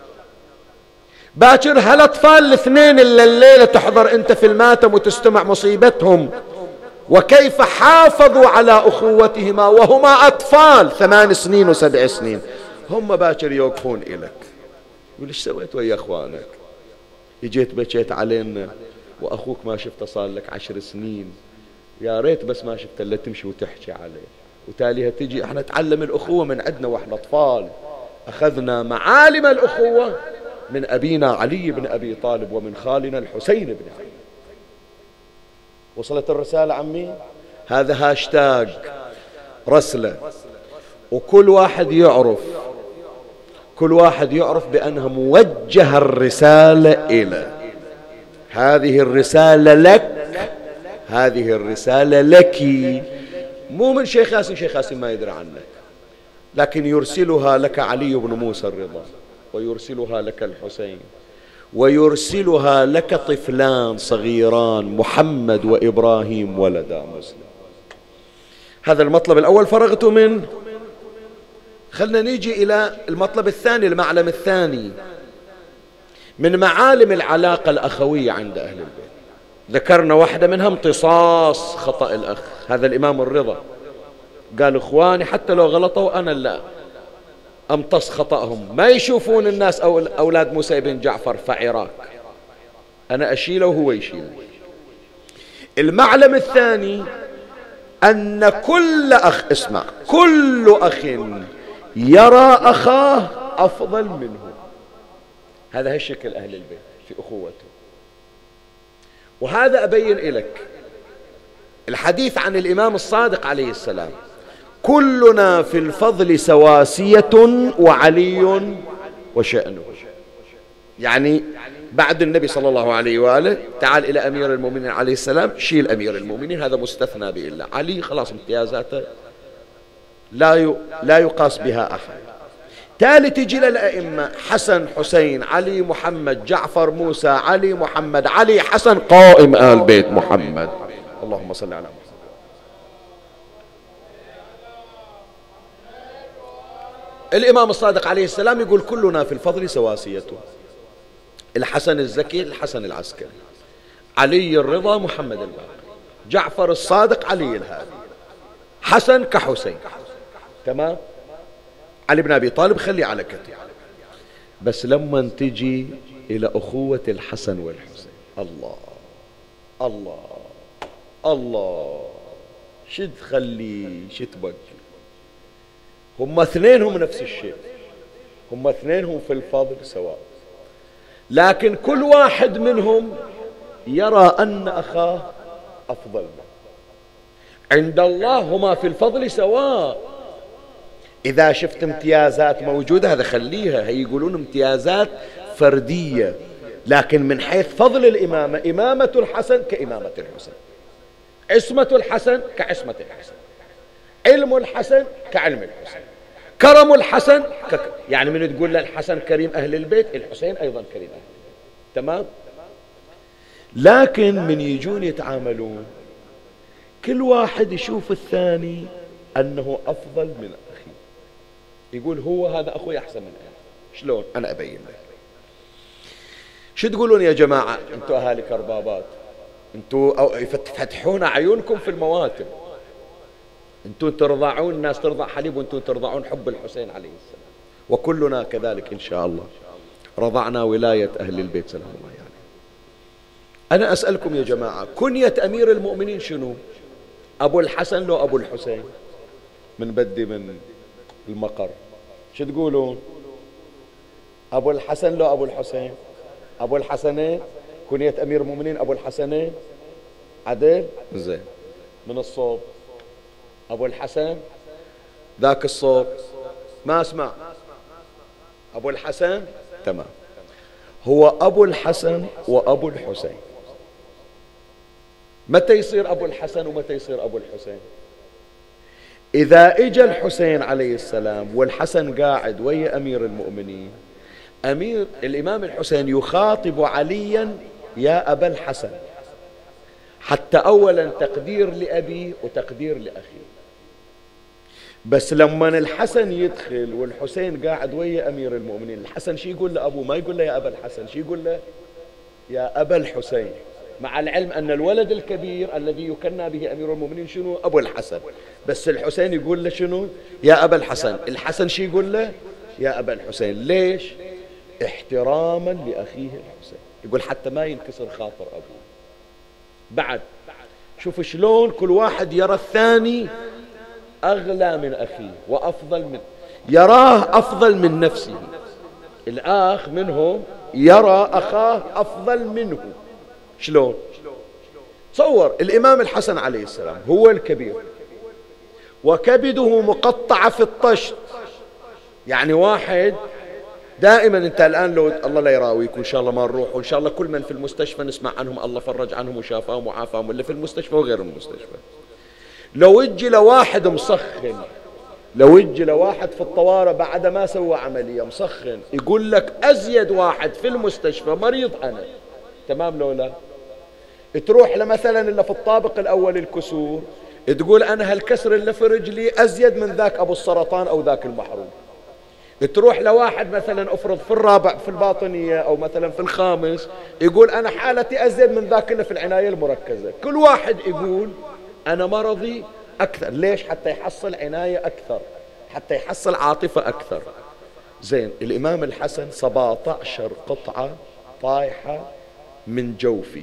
باكر هالأطفال الاثنين اللي الليلة تحضر أنت في الماتم وتستمع مصيبتهم وكيف حافظوا على أخوتهما وهما أطفال ثمان سنين وسبع سنين. هم باكر يوقفون إلك يقول ايش سويت ويا أخوانك؟ جيت بكيت علينا وأخوك ما شفته صار لك عشر سنين، يا ريت بس ما شفته إلا تمشي وتحكي عليه. وتاليها تجي احنا نتعلم الأخوة من عندنا واحنا أطفال، أخذنا معالم الأخوة من أبينا علي بن أبي طالب ومن خالنا الحسين بن علي. وصلت الرسالة عمي؟ هذا هاشتاج رسلة، وكل واحد يعرف كل واحد يعرف بأنها موجهة الرسالة إلى. هذه الرسالة لك، هذه الرسالة لك، مو من شيخ ياسين. شيخ ياسين ما يدري عنك، لكن يرسلها لك علي بن موسى الرضا، ويرسلها لك الحسين، ويرسلها لك طفلان صغيران محمد وإبراهيم ولدا مسلم. هذا المطلب الأول فرغت منه. خلنا نيجي إلى المطلب الثاني، المعلم الثاني من معالم العلاقة الأخوية عند أهل البيت. ذكرنا واحدة منها امتصاص خطأ الأخ. هذا الإمام الرضا قال إخواني حتى لو غلطوا أنا لا أمتص خطأهم، ما يشوفون الناس أو أولاد موسى بن جعفر فعراك، أنا أشيله وهو يشيله. المعلم الثاني أن كل أخ، اسمع، كل أخ يرى أخاه أفضل منه. هذا هالشكل أهل البيت في أخوته. وهذا أبين لك الحديث عن الإمام الصادق عليه السلام: كلنا في الفضل سواسية وعلي وشأنه. يعني بعد النبي صلى الله عليه وآله تعال إلى أمير المؤمنين عليه السلام، شيل أمير المؤمنين، هذا مستثنى بإلا. علي خلاص امتيازاته لا لا يقاس بها أحد. تالي تجي للأئمة: حسن حسين علي محمد جعفر موسى علي محمد علي حسن قائم آل بيت محمد، اللهم صل على محمد. الإمام الصادق عليه السلام يقول كلنا في الفضل سواسية. الحسن الزكي الحسن العسكري، علي الرضا محمد الباقر، جعفر الصادق علي الهادي، حسن كحسين، تمام؟ علي بن أبي طالب خلي على كتف. بس لما تجي إلى أخوة الحسن والحسين، الله الله الله، شد خلي شد بقى. هم اثنين هم نفس الشيء، هم اثنين هم في الفضل سواء، لكن كل واحد منهم يرى أن أخاه أفضل منه. عند الله هما في الفضل سواء. إذا شفت امتيازات موجودة هذا خليها، هي يقولون امتيازات فردية، لكن من حيث فضل الإمامة، إمامة الحسن كإمامة الحسين، عصمة الحسن كعصمة الحسن، علم الحسن كعلم الحسين، كرم الحسن ك... يعني من تقول للحسن كريم أهل البيت، الحسين أيضا كريم أهل البيت، تمام؟ لكن من يجون يتعاملون كل واحد يشوف الثاني أنه أفضل من أخيه، يقول هو هذا أخوي أحسن من أخي. شلون؟ أنا أبين لك. شو تقولون يا جماعة أنتوا أهالي كربابات؟ أنتوا يفتحون عيونكم في المواتم، أنتوا ترضعون الناس ترضع حليب، وأنتوا ترضعون حب الحسين عليه السلام، وكلنا كذلك إن شاء الله رضعنا ولاية أهل البيت سلام الله عليه. يعني أنا أسألكم يا جماعة، كنية أمير المؤمنين شنو؟ أبو الحسن لو أبو الحسين؟ من بدي من المقر شو تقولون؟ أبو الحسن لو أبو الحسين؟ أبو الحسنين، كنية أمير المؤمنين أبو الحسنين، عدل زين. من الصوب أبو الحسن، ذاك الصوب ما أسمع، أبو الحسن، تمام. هو أبو الحسن وأبو الحسين. متى يصير أبو الحسن ومتى يصير أبو الحسين؟ إذا إجا الحسين عليه السلام والحسن قاعد ويا أمير المؤمنين، أمير الإمام الحسين يخاطب عليا يا أبا الحسن، حتى أولا تقدير لأبي وتقدير لأخي. بس لما الحسن يدخل والحسين قاعد ويا أمير المؤمنين، الحسن شي يقول لأبوه؟ ما يقول له يا أبا الحسن، شي يقول له؟ يا أبا الحسين. مع العلم أن الولد الكبير الذي يكنى به أمير المؤمنين شنو؟ أبو الحسن. بس الحسين يقول له شنو؟ يا أبا الحسن. الحسن شي يقول له؟ يا أبا الحسين. ليش؟ احتراما لأخيه الحسين، يقول حتى ما ينكسر خاطر أبوه. بعد شوف شلون كل واحد يرى الثاني أغلى من أخيه وأفضل من، يراه أفضل من نفسه. الآخ منهم يرى أخاه أفضل منه. شلون؟ تصور الإمام الحسن عليه السلام هو الكبير وكبده مقطعة في الطشت، يعني واحد دائما انت الآن لو الله لا يراويك وإن شاء الله ما نروح وإن شاء الله كل من في المستشفى نسمع عنهم الله فرج عنهم وشافاهم وعافاهم، اللي في المستشفى وغير المستشفى. لو يجي لواحد مسخن، لو يجي لواحد في الطوارئ بعد ما سوى عملية مسخن، يقول لك أزيد واحد في المستشفى مريض أنا، تمام لو لا؟ تروح لمثلا اللي في الطابق الأول الكسور، تقول أنا هالكسر اللي في رجلي أزيد من ذاك أبو السرطان أو ذاك المحروم. تروح لواحد مثلا افرض في الرابع في الباطنية أو مثلا في الخامس، يقول أنا حالتي أزيد من ذاك اللي في العناية المركزة. كل واحد يقول أنا مرضي أكثر. ليش؟ حتى يحصل عناية أكثر، حتى يحصل عاطفة أكثر. زين، الإمام الحسن سبعة عشر قطعة طايحة من جوفه،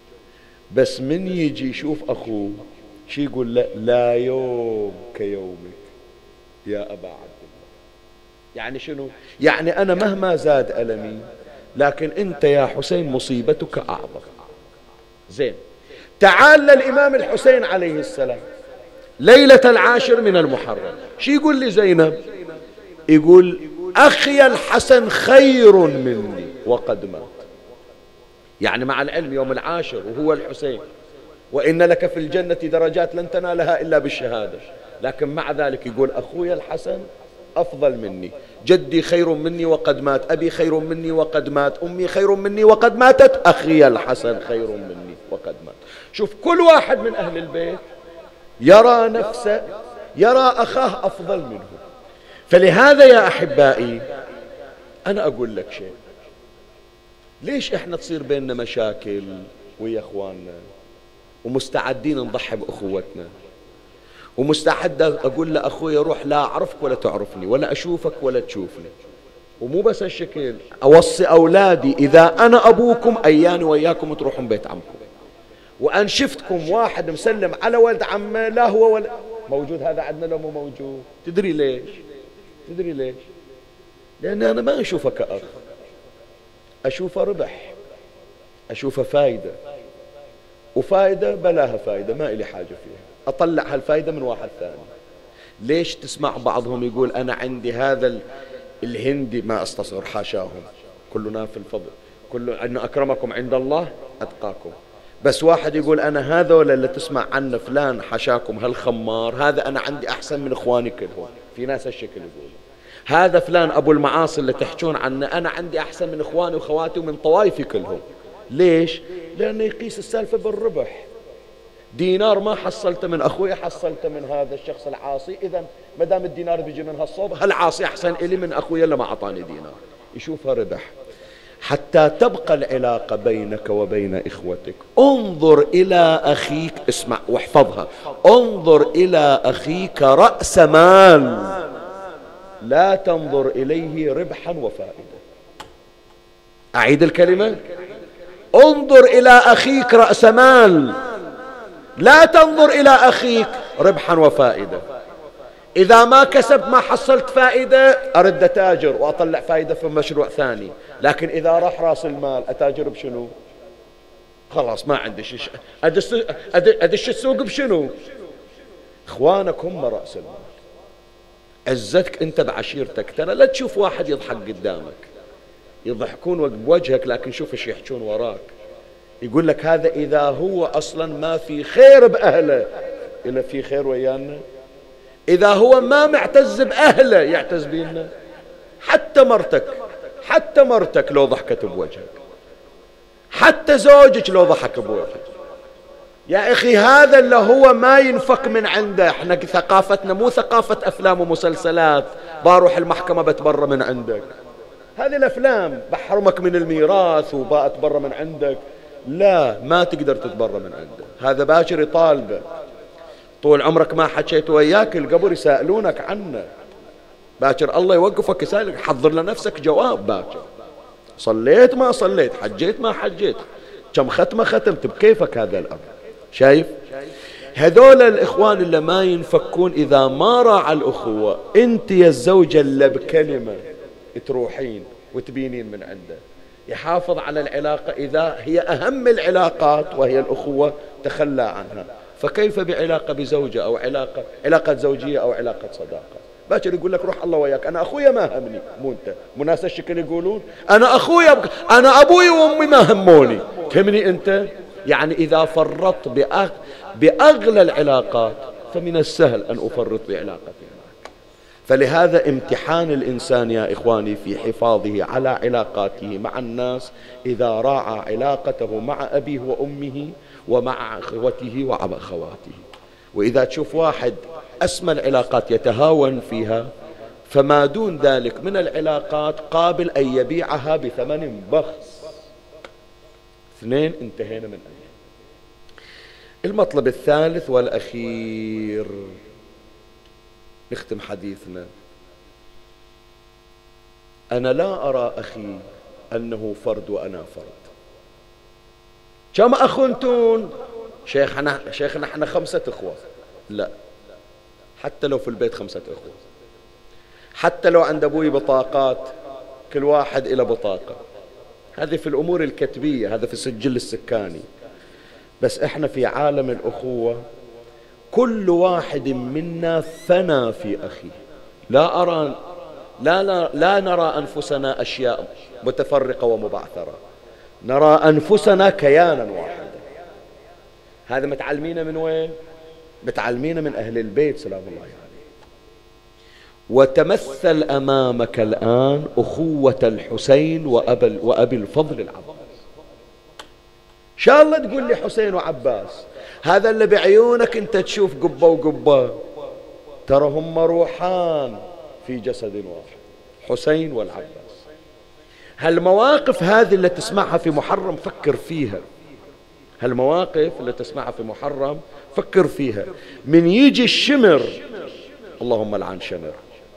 بس من يجي يشوف أخوه شي يقول لا, لا يوم كيومك يا أبا عبد الله. يعني شنو؟ يعني أنا مهما زاد ألمي لكن أنت يا حسين مصيبتك أعظم. زين، تعال للإمام الحسين عليه السلام ليلة العاشر من المحرم، شي يقول لي زينب؟ يقول أخي الحسن خير مني وقد مات. يعني مع العلم يوم العاشر وهو الحسين، وإن لك في الجنة درجات لن تنالها إلا بالشهادة، لكن مع ذلك يقول أخوي الحسن أفضل مني، جدي خير مني وقد مات، أبي خير مني وقد مات، أمي خير مني وقد ماتت، أخي الحسن خير مني وقد مات. شوف كل واحد من أهل البيت يرى نفسه، يرى أخاه أفضل منه. فلهذا يا أحبائي أنا أقول لك شيء، ليش إحنا تصير بيننا مشاكل ويا أخواننا ومستعدين نضحي بأخوتنا، ومستعد أقول لأخوي روح لا أعرفك ولا تعرفني ولا أشوفك ولا تشوفني، ومو بس هالشكل، أوصي أولادي إذا أنا أبوكم أياني وإياكم تروحون بيت عمكم، وأن شفتكم واحد مسلم على ولد عمه لا هو ولا موجود، هذا عندنا لو مو موجود. تدري ليش؟ تدري ليش؟ لأن أنا ما أشوفه كأخ، أشوفه ربح، أشوفه فايدة، وفايدة بلاها فايدة ما إلي حاجة فيها، أطلع هالفايدة من واحد ثاني. ليش تسمع بعضهم يقول أنا عندي هذا الهندي، ما أستصغر حاشاهم، كلنا في الفضل، كل أن أكرمكم عند الله أتقاكم، بس واحد يقول أنا هذول اللي تسمع عنه فلان حشاكم هالخمار، هذا أنا عندي أحسن من إخواني كلهم. في ناس هالشكل يقول هذا فلان أبو المعاصي اللي تحجون عنه أنا عندي أحسن من إخواني وخواتي ومن طوائفي كلهم. ليش؟ لأنه يقيس السالفة بالربح. دينار ما حصلته من أخوي حصلته من هذا الشخص العاصي، إذا ما دام الدينار بيجي من هالصوب هالعاصي أحسن إلي من أخوي اللي ما أعطاني دينار. يشوفها ربح. حتى تبقى العلاقة بينك وبين إخوتك، انظر إلى أخيك، اسمع واحفظها، انظر إلى أخيك رأس مال، لا تنظر إليه ربحا وفائدة. أعيد الكلمة، انظر إلى أخيك رأس مال، لا تنظر إلى أخيك ربحا وفائدة. إذا ما كسبت ما حصلت فائدة أرد أتاجر وأطلع فائدة في مشروع ثاني، لكن إذا راح رأس المال أتاجر بشنو؟ خلاص ما عندي شيء، أدش السوق بشنو؟ إخوانك هم رأس المال. عزتك أنت بعشيرتك، ترى لا تشوف واحد يضحك قدامك، يضحكون بوجهك لكن شوف ايش يحجون وراك. يقول لك هذا إذا هو أصلا ما في خير بأهله إلا في خير ويانا، إذا هو ما معتز بأهله يعتز بينا. حتى مرتك، حتى مرتك لو ضحكت بوجهك، حتى زوجك لو ضحك بوجهك، يا أخي هذا اللي هو ما ينفك من عنده. احنا ثقافتنا مو ثقافة أفلام ومسلسلات، بروح المحكمة بتبرى من عندك، هذه الأفلام بحرمك من الميراث وبأتبرى من عندك، لا، ما تقدر تتبرى من عنده، هذا باكر يطالبه. طول عمرك ما حكيت وياك، القبر يسألونك عنه، باكر الله يوقفك يسألك، حضر لنفسك جواب باكر. صليت ما صليت، حجيت ما حجيت، كم ختمة ختمت، بكيفك هذا الأمر. شايف؟ هذول الإخوان اللي ما ينفكون إذا ما راعى الأخوة. أنت يا الزوجة اللي بكلمة تروحين وتبينين من عنده، يحافظ على العلاقة إذا هي أهم العلاقات وهي الأخوة تخلى عنها، فكيف بعلاقة بزوجة أو علاقة علاقة زوجية أو علاقة صداقة؟ باكر يقول لك روح الله وياك، أنا أخويا ما همني، مو أنت، مو ناس الشكل يقولون أنا أخويا بك... أنا أبوي وأمي ما هموني، تهمني أنت؟ يعني إذا فرطت بأغ... بأغلى العلاقات فمن السهل أن أفرط بعلاقتي معك. فلهذا امتحان الإنسان يا إخواني في حفاظه على علاقاته مع الناس إذا راعى علاقته مع أبيه وأمه ومع أخوته ومع أخواته. وإذا تشوف واحد أسمى العلاقات يتهاون فيها، فما دون ذلك من العلاقات قابل أن يبيعها بثمن بخس. اثنين، انتهينا من أيه. المطلب الثالث والأخير نختم حديثنا. أنا لا أرى أخي أنه فرد وأنا فرد. كم أخ أنتون؟ شيخنا شيخنا احنا خمسة إخوة. لا، حتى لو في البيت خمسة إخوة، حتى لو عند أبوي بطاقات كل واحد إلى بطاقة، هذه في الأمور الكتبية، هذا في السجل السكاني. بس احنا في عالم الأخوة كل واحد منا ثنى في أخيه. لا أرى لا, لا, لا نرى أنفسنا أشياء متفرقة ومبعثرة، نرى أنفسنا كيانا واحدا. هذا متعلمين من وين؟ متعلمين من أهل البيت سلام الله عليه. وتمثل أمامك الآن أخوة الحسين وأبي, وأبي الفضل العباس. إن شاء الله تقول لي حسين وعباس، هذا اللي بعيونك أنت تشوف قبة وقبة، ترى هم روحان في جسد واحد، حسين والعباس. هالمواقف هذه اللي تسمعها في محرم فكر فيها، هالمواقف اللي تسمعها في محرم فكر فيها. من يجي الشمر، اللهم لعن شمر،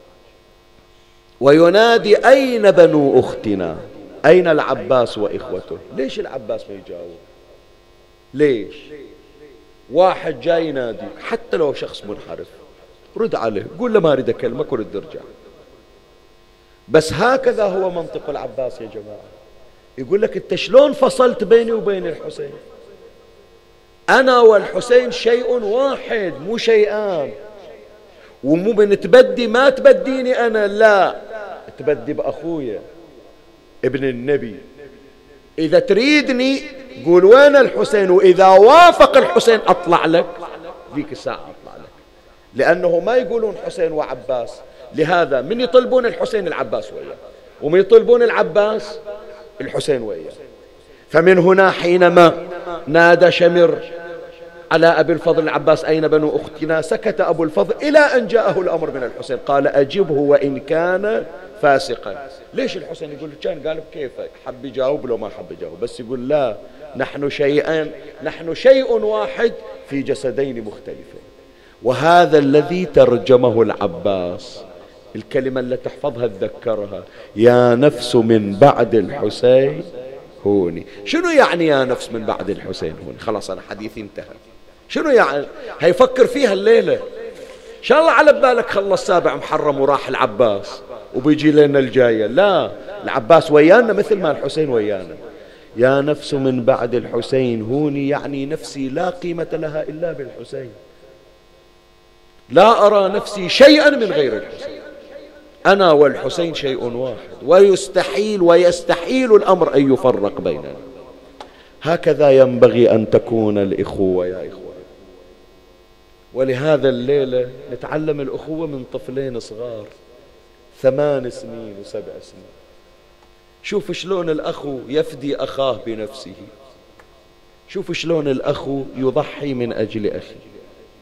وينادي أين بنو أختنا، أين العباس وإخوته؟ ليش العباس ما يجاوب؟ ليش؟ واحد جاي ينادي حتى لو شخص منحرف، رد عليه، قول له ما أريد أكلمك ورد ارجع. بس هكذا هو منطق العباس يا جماعة. يقول لك أنت شلون فصلت بيني وبين الحسين؟ أنا والحسين شيء واحد مو شيئان، ومو بنتبدي، ما تبديني أنا، لا تبدي بأخويا ابن النبي. إذا تريدني قول وين الحسين، وإذا وافق الحسين أطلع لك، ذيك الساعة أطلع لك. لأنه ما يقولون حسين وعباس، لهذا من يطلبون الحسين العباس وياه، ومن يطلبون العباس الحسين وياه. فمن هنا حينما نادى شمر على أبي الفضل العباس أين بنو أختنا، سكت أبو الفضل إلى أن جاءه الأمر من الحسين، قال أجبه وإن كان فاسقا. ليش الحسين يقول كان؟ قال بكيفك، حب يجاوب لو ما حب يجاوب، بس يقول لا، نحن شيئان، نحن شيء واحد في جسدين مختلفين. وهذا الذي ترجمه العباس، الكلمة اللي تحفظها تذكرها، يا نفس من بعد الحسين هوني. شنو يعني يا نفس من بعد الحسين هوني؟ خلاص أنا حديثي انتهى. شنو يعني؟ هيفكر فيها الليلة إن شاء الله. على بالك خلص سابع محرم وراح العباس وبيجي لنا الجاية، لا، العباس ويانا مثل ما الحسين ويانا. يا نفس من بعد الحسين هوني، يعني نفسي لا قيمة لها إلا بالحسين، لا أرى نفسي شيئا من غير الحسين، أنا والحسين شيء واحد، ويستحيل ويستحيل الأمر أن يفرق بيننا. هكذا ينبغي أن تكون الإخوة يا إخوة. ولهذا الليلة نتعلم الأخوة من طفلين صغار، ثمان سنين وسبع سنين. شوف شلون الأخو يفدي أخاه بنفسه، شوف شلون الأخو يضحي من أجل أخيه.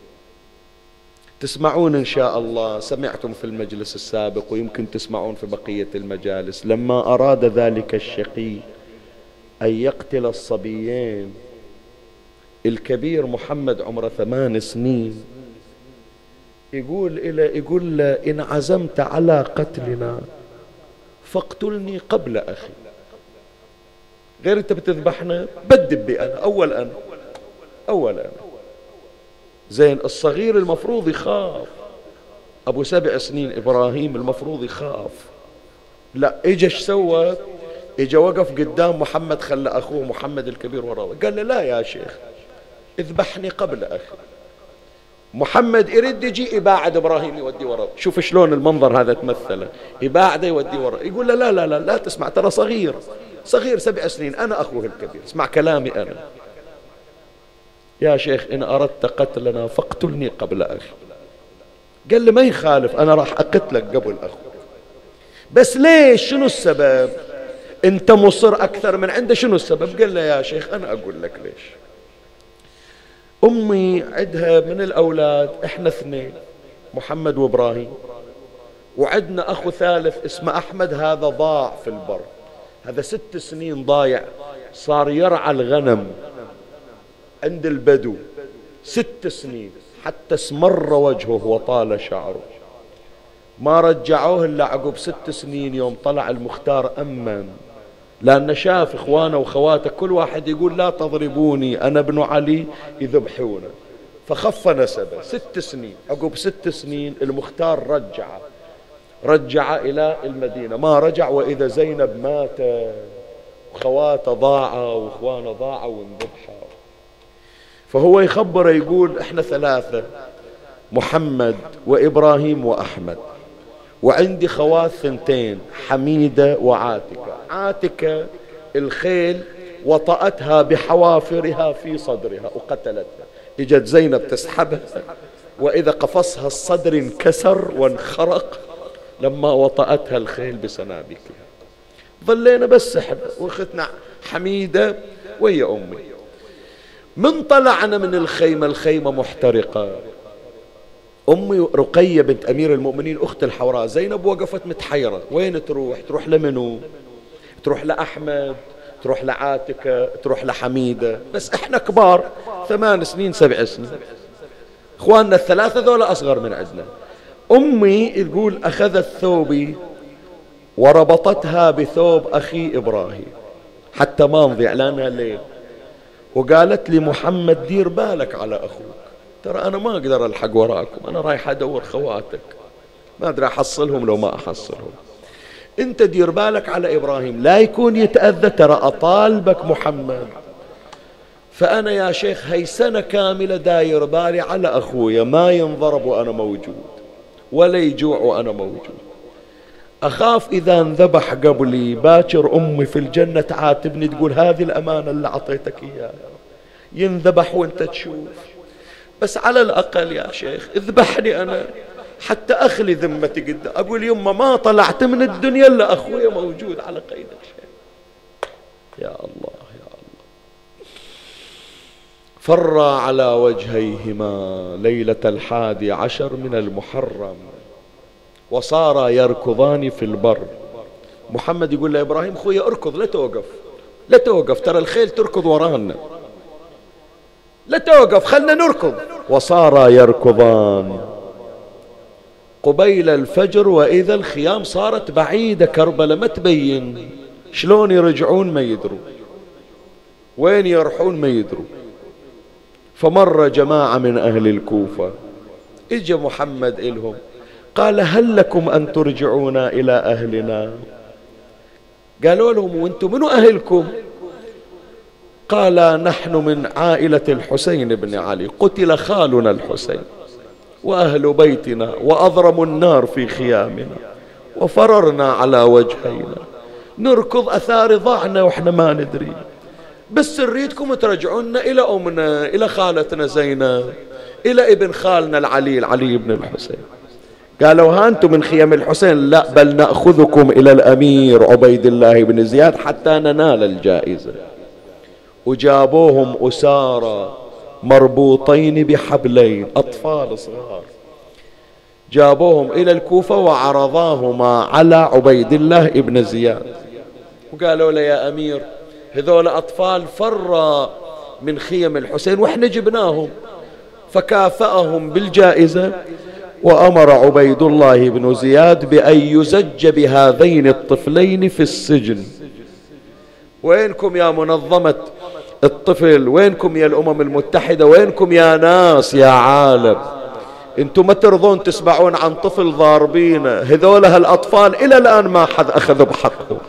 تسمعون إن شاء الله، سمعتم في المجلس السابق، ويمكن تسمعون في بقية المجالس، لما أراد ذلك الشقي أن يقتل الصبيين. الكبير محمد عمره ثمان سنين، يقول إلى يقول له إن عزمت على قتلنا فاقتلني قبل أخي. غير أنت بتذبحنا بدب بي أنا أول أنا أول أنا زين. الصغير المفروض يخاف، أبو سبع سنين إبراهيم المفروض يخاف، لا إجا ايش سوى؟ إجا وقف قدام محمد، خلى أخوه محمد الكبير وراه، قال له لا يا شيخ اذبحني قبل أخي. محمد يريد يجي يباعد إبراهيم يودي وراه. شوف شلون المنظر هذا تمثله، يباعده يودي وراه. يقول له لا لا لا لا تسمع، ترى صغير صغير سبع سنين، أنا أخوه الكبير، اسمع كلامي أنا يا شيخ، إن أردت قتلنا فاقتلني قبل أخي. قال له ما يخالف، أنا راح أقتلك قبل أخوك، بس ليش؟ شنو السبب؟ أنت مصر أكثر من عنده، شنو السبب؟ قال له يا شيخ أنا أقول لك ليش. أمي عندها من الأولاد إحنا اثنين، محمد وإبراهيم، وعندنا أخو ثالث اسمه أحمد، هذا ضاع في البر، هذا ست سنين ضايع، صار يرعى الغنم عند البدو ست سنين حتى اسمر وجهه وطال شعره. ما رجعوه إلا عقب ست سنين يوم طلع المختار أمن، لأن شاف إخوانه وخواته كل واحد يقول لا تضربوني أنا ابن علي يذبحونه، فخف نسبه. ست سنين عقب ست سنين المختار رجع رجع إلى المدينة، ما رجع وإذا زينب مات وخواته ضاعوا وإخوانه ضاعوا وانذبحوا. فهو يخبر يقول إحنا ثلاثة، محمد وإبراهيم وأحمد، وعندي خوات ثنتين حميدة وعاتكة. عاتكة الخيل وطأتها بحوافرها في صدرها وقتلتها، اجت زينب تسحبها وإذا قفصها الصدر انكسر وانخرق لما وطأتها الخيل بسنابكها. ظلينا بس سحب، واختنا حميدة وهي أمي. من طلعنا من الخيمة، الخيمة محترقة، أمي رقية بنت أمير المؤمنين أخت الحوراء زينب وقفت متحيرة، وين تروح؟ تروح لمنو؟ تروح لأحمد، تروح لعاتكة، تروح لحميدة، بس إحنا كبار ثمان سنين سبع سنين، إخواننا الثلاثة ذولا أصغر من عندنا. أمي تقول أخذت ثوبي وربطتها بثوب أخي إبراهيم حتى ما نضيع لأنها ليل، وقالت لي محمد دير بالك على أخوك، ترى أنا ما أقدر ألحق وراكم، أنا رايح أدور خواتك ما أدري أحصلهم لو ما أحصلهم، أنت دير بالك على إبراهيم لا يكون يتأذى، ترى أطالبك محمد. فأنا يا شيخ هي سنة كاملة داير بالي على أخويا، ما ينضرب وأنا موجود ولا يجوع وأنا موجود، أخاف إذا انذبح قبلي باكر أمي في الجنة تعاتبني تقول هذه الأمانة اللي أعطيتك إياها، ينذبح وأنت تشوف. بس على الأقل يا شيخ اذبحني أنا حتى أخلي ذمتي قدام، أقول يما ما طلعت من الدنيا إلا أخويا موجود على قيد الحياة. يا الله يا الله. فر على وجهيهما ليلة الحادي عشر من المحرم وصارا يركضان في البر. محمد يقول لإبراهيم خويا اركض، لا توقف لا توقف، ترى الخيل تركض ورانا، لا توقف خلنا نركض. وصارا يركضان قبيل الفجر وإذا الخيام صارت بعيدة، كربلة ما تبين، شلون يرجعون ما يدروا، وين يرحون ما يدروا. فمر جماعة من أهل الكوفة، إجا محمد إلهم قال هل لكم أن ترجعونا إلى أهلنا؟ قالوا لهم وانتم منو أهلكم؟ قال نحن من عائلة الحسين بن علي، قتل خالنا الحسين وأهل بيتنا وأضرموا النار في خيامنا وفررنا على وجهينا، نركض أثار ضعنا وإحنا ما ندري، بس نريدكم ترجعونا إلى أمنا، إلى خالتنا زينب، إلى ابن خالنا العلي العلي بن الحسين. قالوا ها أنتم من خيام الحسين؟ لا، بل نأخذكم إلى الأمير عبيد الله بن زياد حتى ننال الجائزة. وجابوهم أسارى مربوطين بحبلين، أطفال صغار، جابوهم إلى الكوفة وعرضاهما على عبيد الله بن زياد، وقالوا له يا أمير هذول أطفال فرّا من خيم الحسين وإحنا جبناهم، فكافأهم بالجائزة وأمر عبيد الله بن زياد بأن يزج بهذين الطفلين في السجن. وينكم يا منظمة الطفل؟ وينكم يا الأمم المتحدة؟ وينكم يا ناس يا عالم؟ انتم ما ترضون تسمعون عن طفل ضاربينه؟ هذول هالأطفال إلى الآن ما حد أخذ بحقه.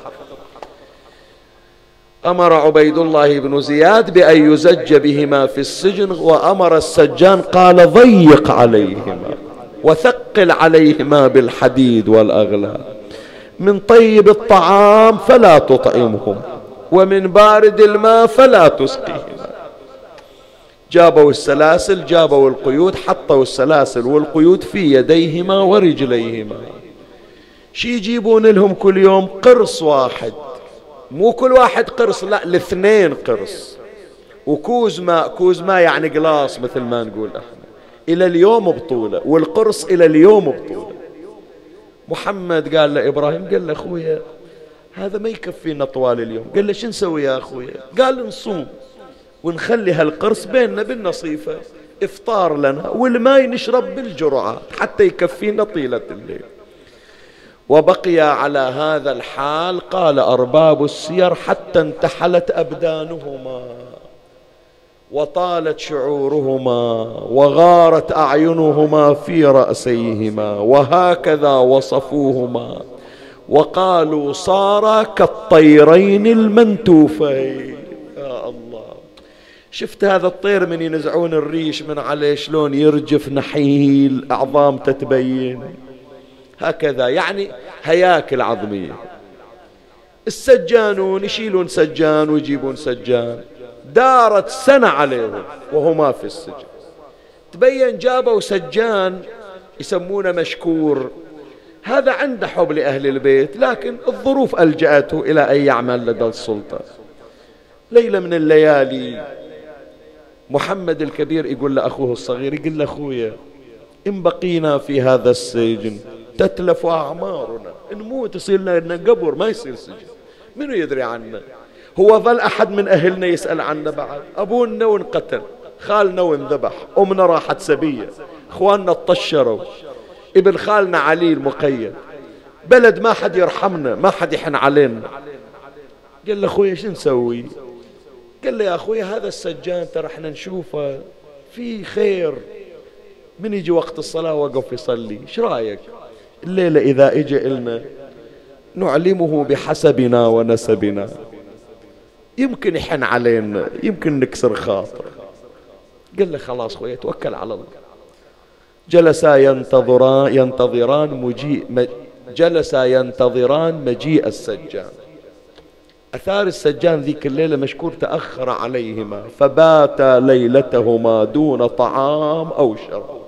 أمر عبيد الله بن زياد بأن يزج بهما في السجن، وأمر السجان قال ضيق عليهما وثقل عليهما بالحديد والأغلال، من طيب الطعام فلا تطعمهم ومن بارد الماء فلا تسقيهما. جابوا السلاسل، جابوا القيود، حطوا السلاسل والقيود في يديهما ورجليهما. شي يجيبون لهم كل يوم؟ قرص واحد، مو كل واحد قرص، لا الاثنين قرص، وكوز ماء. كوز ماء يعني قلاص مثل ما نقول احنا، الى اليوم بطولة، والقرص الى اليوم بطولة. محمد قال لإبراهيم، قال له اخويا هذا ما يكفينا طوال اليوم. قال له شو نسوي يا اخويا؟ قال نصوم ونخلي هالقرص بيننا بالنصيفة افطار لنا، والماء نشرب بالجرعات حتى يكفينا طيلة الليل. وبقي على هذا الحال، قال أرباب السير، حتى انتحلت أبدانهما وطالت شعورهما وغارت أعينهما في رأسيهما، وهكذا وصفوهما وقالوا صارا كالطيرين المنتوفين. يا الله، شفت هذا الطير من ينزعون الريش من عليه شلون يرجف نحيل، أعظام تتبين، هكذا يعني هياكل عظمية. السجانون يشيلون سجان ويجيبون سجان، دارت سنة عليهم وهما في السجن. تبين جابوا سجان يسمونه مشكور، هذا عنده حب لأهل البيت، لكن الظروف ألجأته إلى أن يعمل لدى السلطة. ليلة من الليالي محمد الكبير يقول لأخوه الصغير، يقول له أخويا إن بقينا في هذا السجن تتلف أعمارنا، نموت يصير لنا قبر ما يصير سجن، منو يدري عنا؟ هو ظل أحد من أهلنا يسأل عنا بعد؟ أبونا وانقتل، خالنا وانذبح، أمنا راحت سبية، إخواننا اطشروا، ابن خالنا علي المقيد، بلد ما حد يرحمنا، ما حد يحن علينا. قال له أخويا شو نسوي؟ قال له يا أخويا هذا السجان ترى احنا نشوفه في خير، من يجي وقت الصلاة وقف يصلي، ايش رايك الليلة إذا اجى إلنا نعلمه بحسبنا ونسبنا، يمكن يحن علينا، يمكن نكسر خاطر. قال له خلاص خويا توكل على الله. جلسا ينتظران ينتظران مجيء جلسا ينتظران مجيء السجان. أثار السجان ذيك الليلة مشكور تأخر عليهما، فباتا ليلتهما دون طعام أو شراب.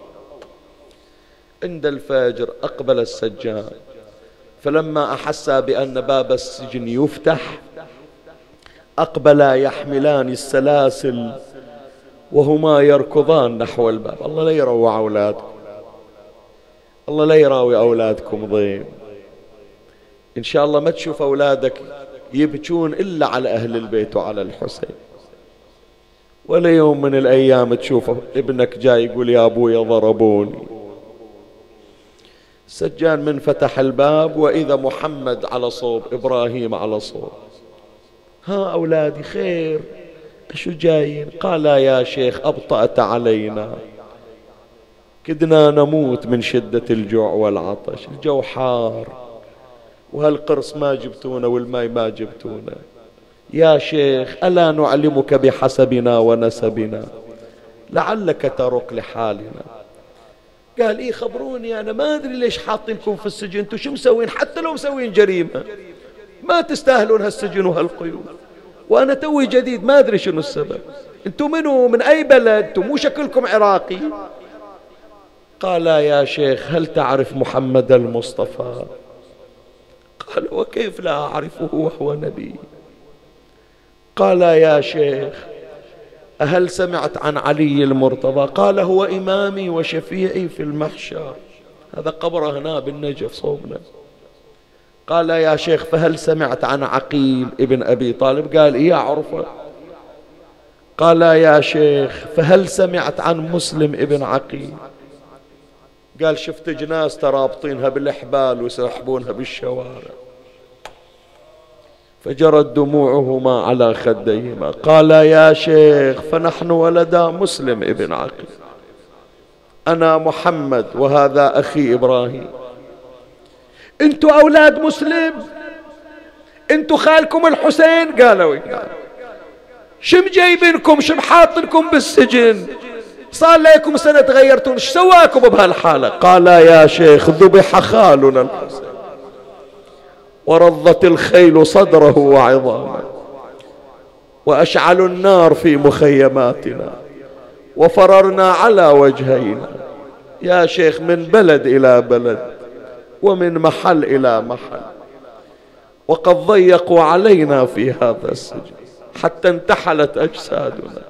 عند الفجر أقبل السجان، فلما أحسا بأن باب السجن يفتح أقبلا يحملان السلاسل وهما يركضان نحو الباب. الله لا يروع أولادكم، الله لا يراوي أولادكم ضيم. إن شاء الله ما تشوف أولادك يبكون إلا على أهل البيت وعلى الحسين، ولا يوم من الأيام تشوف ابنك جاي يقول يا أبوي ضربوني. السجان من فتح الباب وإذا محمد على صوب، إبراهيم على صوب. ها أولادي خير، شو جايين؟ قال يا شيخ أبطأت علينا، كدنا نموت من شدة الجوع والعطش، الجو حار وهالقرص ما جبتونا والماء ما جبتونا. يا شيخ ألا نعلمك بحسبنا ونسبنا لعلك ترق لحالنا؟ قال إيه خبروني، أنا ما أدري ليش حاطينكم في السجن، أنتم شو مسوين؟ حتى لو مسوين جريمة ما تستاهلون هالسجن وهالقيود، وأنا توي جديد ما أدري شنو السبب. أنتم منو؟ من أي بلد؟ أنتم مو شكلكم عراقي. قال يا شيخ هل تعرف محمد المصطفى؟ قال وكيف لا أعرفه وهو نبي؟ قال يا شيخ هل سمعت عن علي المرتضى؟ قال هو إمامي وشفيعي في المحشر، هذا قبره هنا بالنجف صوبنا. قال يا شيخ فهل سمعت عن عقيل ابن أبي طالب؟ قال إيه أعرفه. قال يا شيخ فهل سمعت عن مسلم ابن عقيل؟ قال شفت جناس ترابطينها بالإحبال ويسحبونها بالشوارع. فجرت دموعهما على خديهما. قال يا شيخ فنحن ولدا مسلم ابن عقيل، أنا محمد وهذا أخي إبراهيم. أنتوا أولاد مسلم؟ أنتوا خالكم الحسين؟ قالوا شم جايبينكم، شم حاطنكم بالسجن، صار لكم سنة تغيرتون، ايش سواكم بهالحالة؟ قال يا شيخ ذبح خالنا الحسين ورضت الخيل صدره وعظامه وأشعلوا النار في مخيماتنا وفررنا على وجهينا يا شيخ من بلد إلى بلد ومن محل إلى محل، وقد ضيقوا علينا في هذا السجن حتى انتحلت أجسادنا.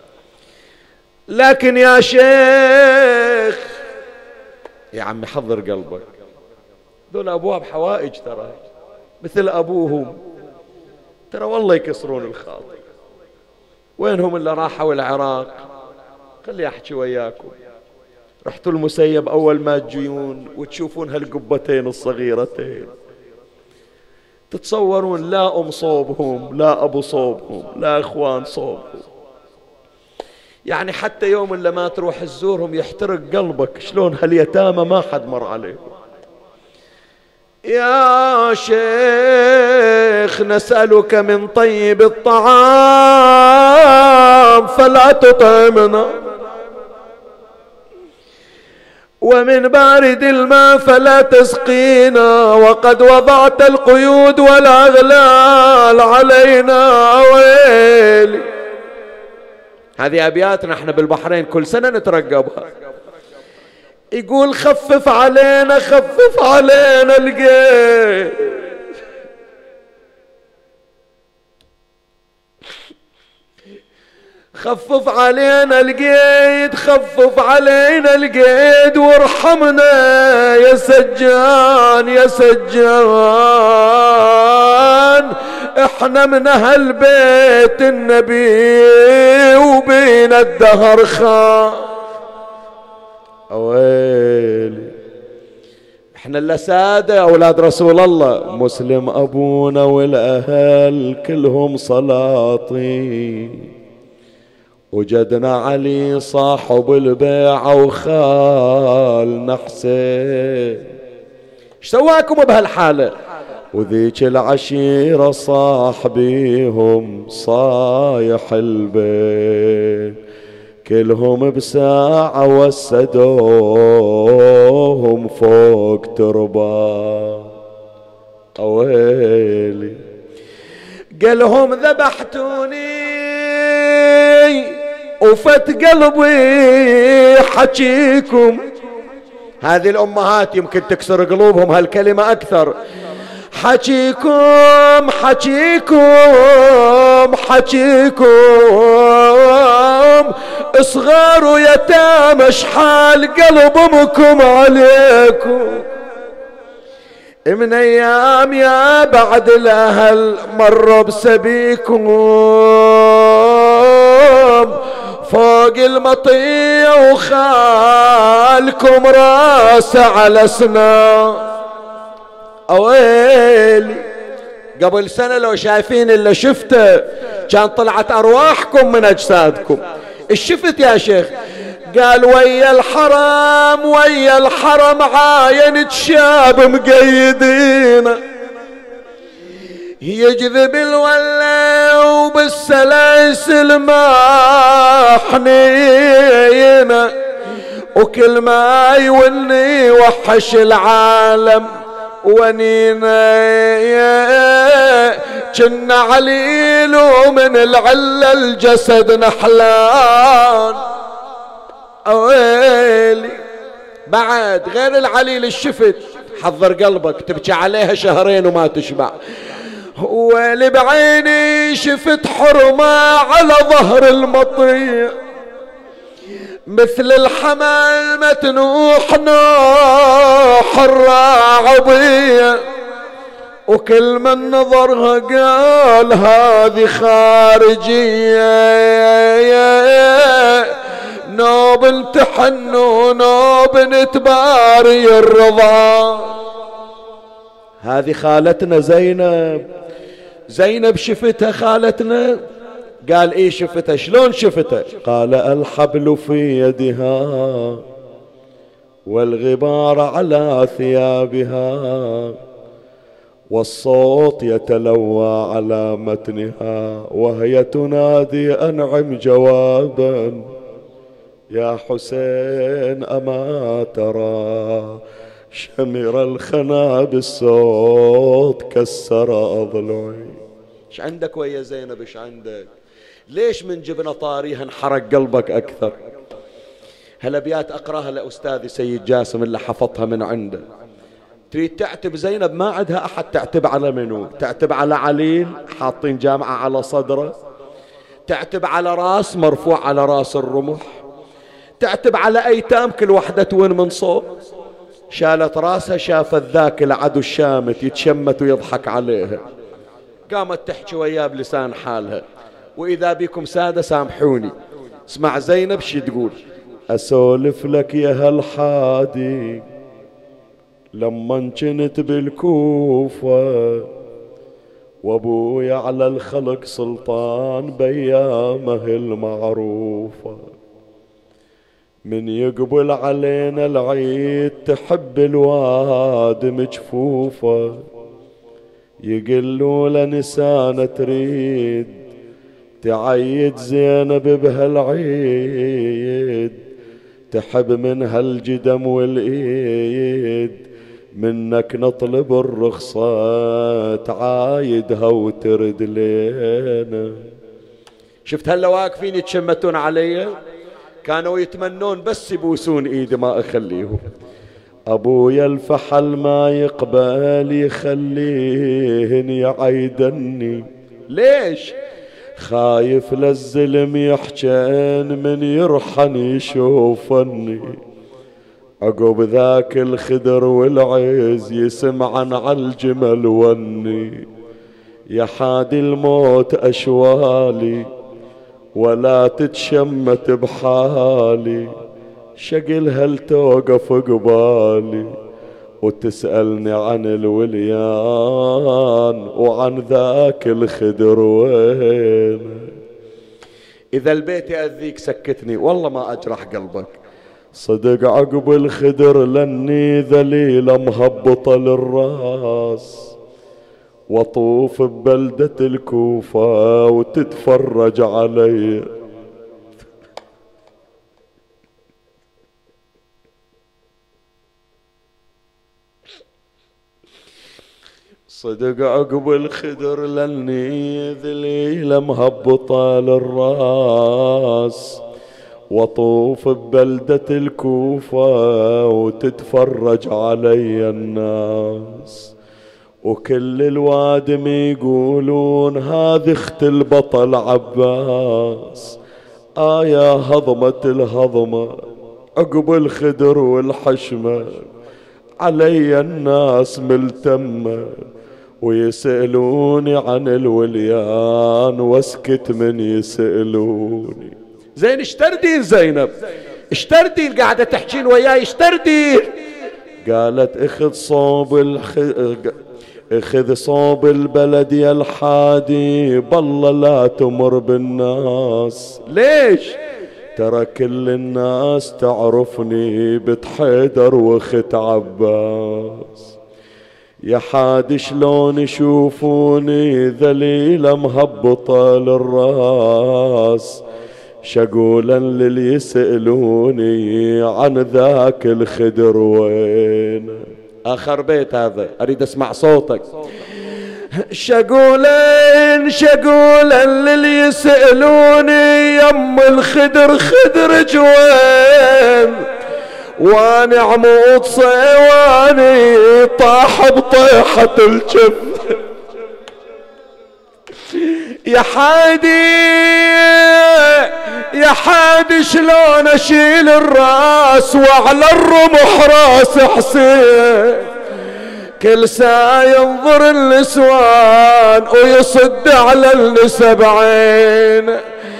لكن يا شيخ يا عمي حضر قلبك، دول أبواب حوائج ترى مثل أبوهم، ترى والله يكسرون الخاطر. وينهم اللي راحوا العراق؟ خلي أحكي وياكم. رحتوا المسيب أول ما تجيون وتشوفون هالقبتين الصغيرتين، تتصورون لا أم صوبهم لا أبو صوبهم لا إخوان صوبهم، يعني حتى يوم اللي ما تروح تزورهم يحترق قلبك شلون هاليتامى ما حد مر عليهم. يا شيخ نسألك من طيب الطعام فلا تطعمنا، ومن بارد الماء فلا تسقينا، وقد وضعت القيود والأغلال علينا ويلي. هذه أبياتنا احنا بالبحرين كل سنة نترقبها. يقول خفف علينا خفف علينا القيد، خفف علينا القيد خفف علينا القيد وارحمنا يا سجان يا سجان، احنا من اهل بيت النبي وبين الدهر خان. اويلي احنا اللي سادة اولاد رسول الله، مسلم ابونا والاهل كلهم سلاطين، وجدنا علي صاحب البيعة وخالنا حسين. ايش سواكم بهالحالة؟ وذيك العشيرة صاحبيهم صايح البيت، كلهم بساعة وسدوهم فوق تربة. اويلي قالهم ذبحتوني وفت قلبي حكيكم. هذه الأمهات يمكن تكسر قلوبهم هالكلمة أكثر. حكيكم حكيكم حكيكم صغار ويتامى شحال قلب أمكم عليكم، من أيام يا بعد الأهل مروا بسبيكم فوق المطية وخالكم راسه على سنا. اويلي قبل سنة لو شايفين اللي شفته كان طلعت أرواحكم من أجسادكم. ايش شفت يا شيخ؟ قال ويا الحرم ويا الحرم عاين شاب مقيدين، يجذب الولا وبالسلاسل ما حنينا، وكل ما يولي وحش العالم ونينا، كنا عليل ومن العلة الجسد نحلان. اويلي بعد غير العليل الشفت حضر قلبك تبكي عليها شهرين وما تشبع. ويلي بعيني شفت حرمة على ظهر المطية مثل الحمل متنوح نوح الراعبية، وكل من نظرها قال هذه خارجية، نوب امتحن ونوب نتباري الرضا. هذه خالتنا زينب. زينب شفتها خالتنا؟ قال ايه شفتها. شلون شفتها؟ قال الحبل في يدها والغبار على ثيابها والصوت يتلوى على متنها وهي تنادي أنعم جوابا يا حسين أما ترى شمر الخنا بالصوت كسر أضلعي. ايش عندك ويا زينب؟ ايش عندك؟ ليش من جبنا طاريها انحرق قلبك أكثر؟ هالأبيات أقراها لأستاذي سيد جاسم اللي حفظها من عنده. تريد تعتب زينب ما عندها أحد تعتب على منو؟ تعتب على عليل حاطين جامعة على صدره، تعتب على راس مرفوع على راس الرمح، تعتب على أيتام كل وحدة توين من صوب، شالت راسها شافت ذاك العدو الشامت يتشمت ويضحك عليها، قامت تحكي وياه بلسان حالها. وإذا بكم سادة سامحوني، اسمع زينب شي تقول: أسولف لك يا هالحادي لما كنت بالكوفة وابويا على الخلق سلطان بيامه المعروفة، من يقبل علينا العيد تحب الواد مجفوفة، يقلوا لنسانة تريد تعيد زينب بهالعيد، تحب من هالجدم والايد منك نطلب الرخصة تعايدها وترد لينا. شفت هلا واقفين يتشمتون علي، كانوا يتمنون بس يبوسون ايدي ما اخليهم. ابويا الفحل ما يقبل يخليهن يعيدني، ليش؟ خايف للزلم يحجن من يرحن يشوفني، عقب ذاك الخدر والعز يسمعن عالجمل وني، يا حادي الموت أشوالي ولا تتشمت بحالي، شقل هل توقف قبالي وتسألني عن الوليان وعن ذاك الخدر وين. إذا البيت يأذيك سكتني والله ما أجرح قلبك. صدق عقب الخدر لاني ذليلة مهبطة للراس وطوف ببلدة الكوفة وتتفرج علي، صدق عقب الخدر لاني ذليلة مهبطة للراس وطوف ببلدة الكوفة وتتفرج علي الناس، وكل الوادم يقولون هذه اخت البطل عباس، آه يا هضمة الهضمة عقب الخدر والحشمة علي الناس ملتمة ويسألوني عن الوليان واسكت من يسألوني. زين اشتردين زينب اشتردين قاعدة تحكين وياي اشتردين. قالت اخذ صوب الخ... اخذ صوب البلد يا الحادي بالله لا تمر بالناس. ليش؟ ترى كل الناس تعرفني بنت حيدر واخت عباس، يا حادي شلون يشوفوني ذليلة مهبطة للراس، شقولا للي يسألوني عن ذاك الخدر وين. آخر بيت هذا أريد أسمع صوتك. شقولا شقولا للي يسألوني يم الخدر خدر جوين، واني عمود صيواني طاح بطيحة الجف، يا حادي يا حادي شلون اشيل الراس وعلى الرمح راس حسين، كل ساعة ينظر النسوان ويصد على النسب عين.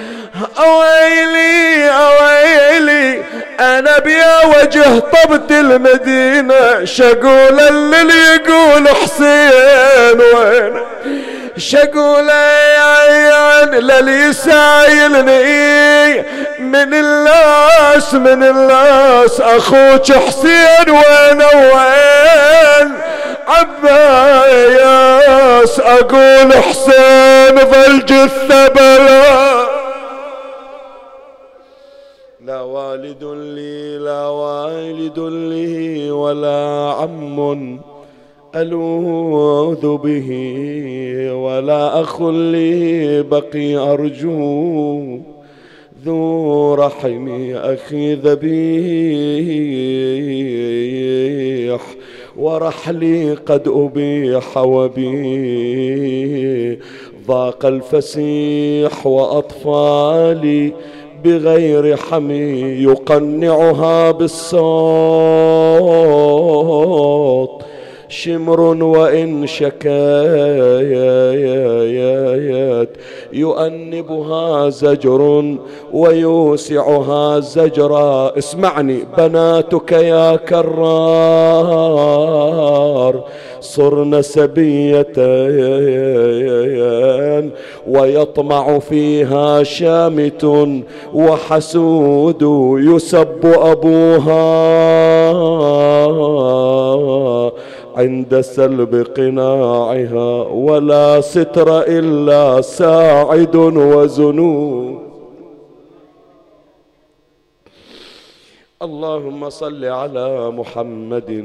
اويلي اويلي انا بيا وجه طبت المدينة، شقول اللي يقول حسين وين، شقول عيان للي سايلني من الناس من الناس، اخوك حسين وين وين عباس، اقول حسين ظل جثة بلا، لا والد لي لا والد لي ولا عم ألوذ به، ولا أخ لي بقي أرجو، ذو رحم أخي ذبيح، ورحلي قد أبيح وبي ضاق الفسيح، وأطفالي بغير حمي يقنعها بالصوت، شمر وإن شكايات يؤنبها زجر ويوسعها زجرا. اسمعني بناتك يا كرار صرن سبيتين، ويطمع فيها شامت وحسود يسب أبوها عند سلب قناعها، ولا ستر إلا ساعد وزنود. اللهم صل على محمد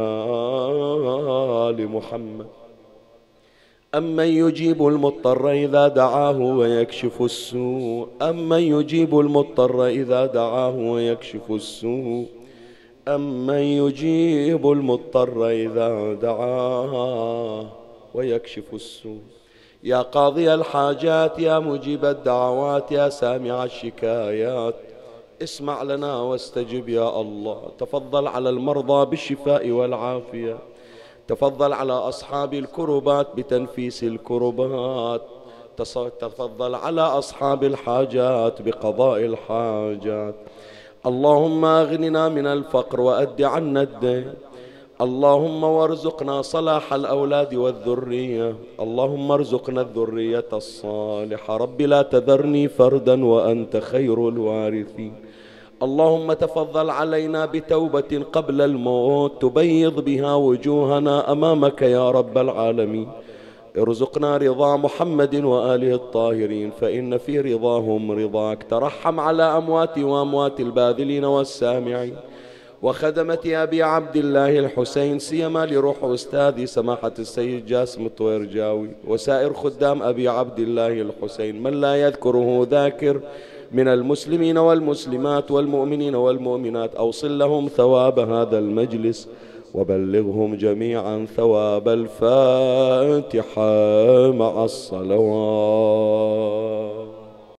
وآل محمد. أمن يجيب المضطر إذا دعاه ويكشف السوء، أمن يجيب المضطر إذا دعاه ويكشف السوء، أمن يجيب المضطر إذا دعاه ويكشف السوء. يا قاضي الحاجات يا مجيب الدعوات يا سامع الشكايات، اسمع لنا واستجب يا الله. تفضل على المرضى بالشفاء والعافية، تفضل على أصحاب الكربات بتنفيس الكربات، تفضل على أصحاب الحاجات بقضاء الحاجات. اللهم أغننا من الفقر وأد عنا الدين، اللهم وارزقنا صلاح الأولاد والذرية، اللهم ارزقنا الذرية الصالحة. رب لا تذرني فردا وأنت خير الوارثين. اللهم تفضل علينا بتوبة قبل الموت تبيض بها وجوهنا أمامك يا رب العالمين. ارزقنا رضا محمد وآله الطاهرين، فإن في رضاهم رضاك. ترحم على أمواتي وأموات الباذلين والسامعين وخدمة أبي عبد الله الحسين، سيما لروح أستاذي سماحة السيد جاسم الطويرجاوي وسائر خدام أبي عبد الله الحسين، من لا يذكره ذاكر من المسلمين والمسلمات والمؤمنين والمؤمنات. أوصل لهم ثواب هذا المجلس وبلغهم جميعا ثواب الفاتحة مع الصلوات.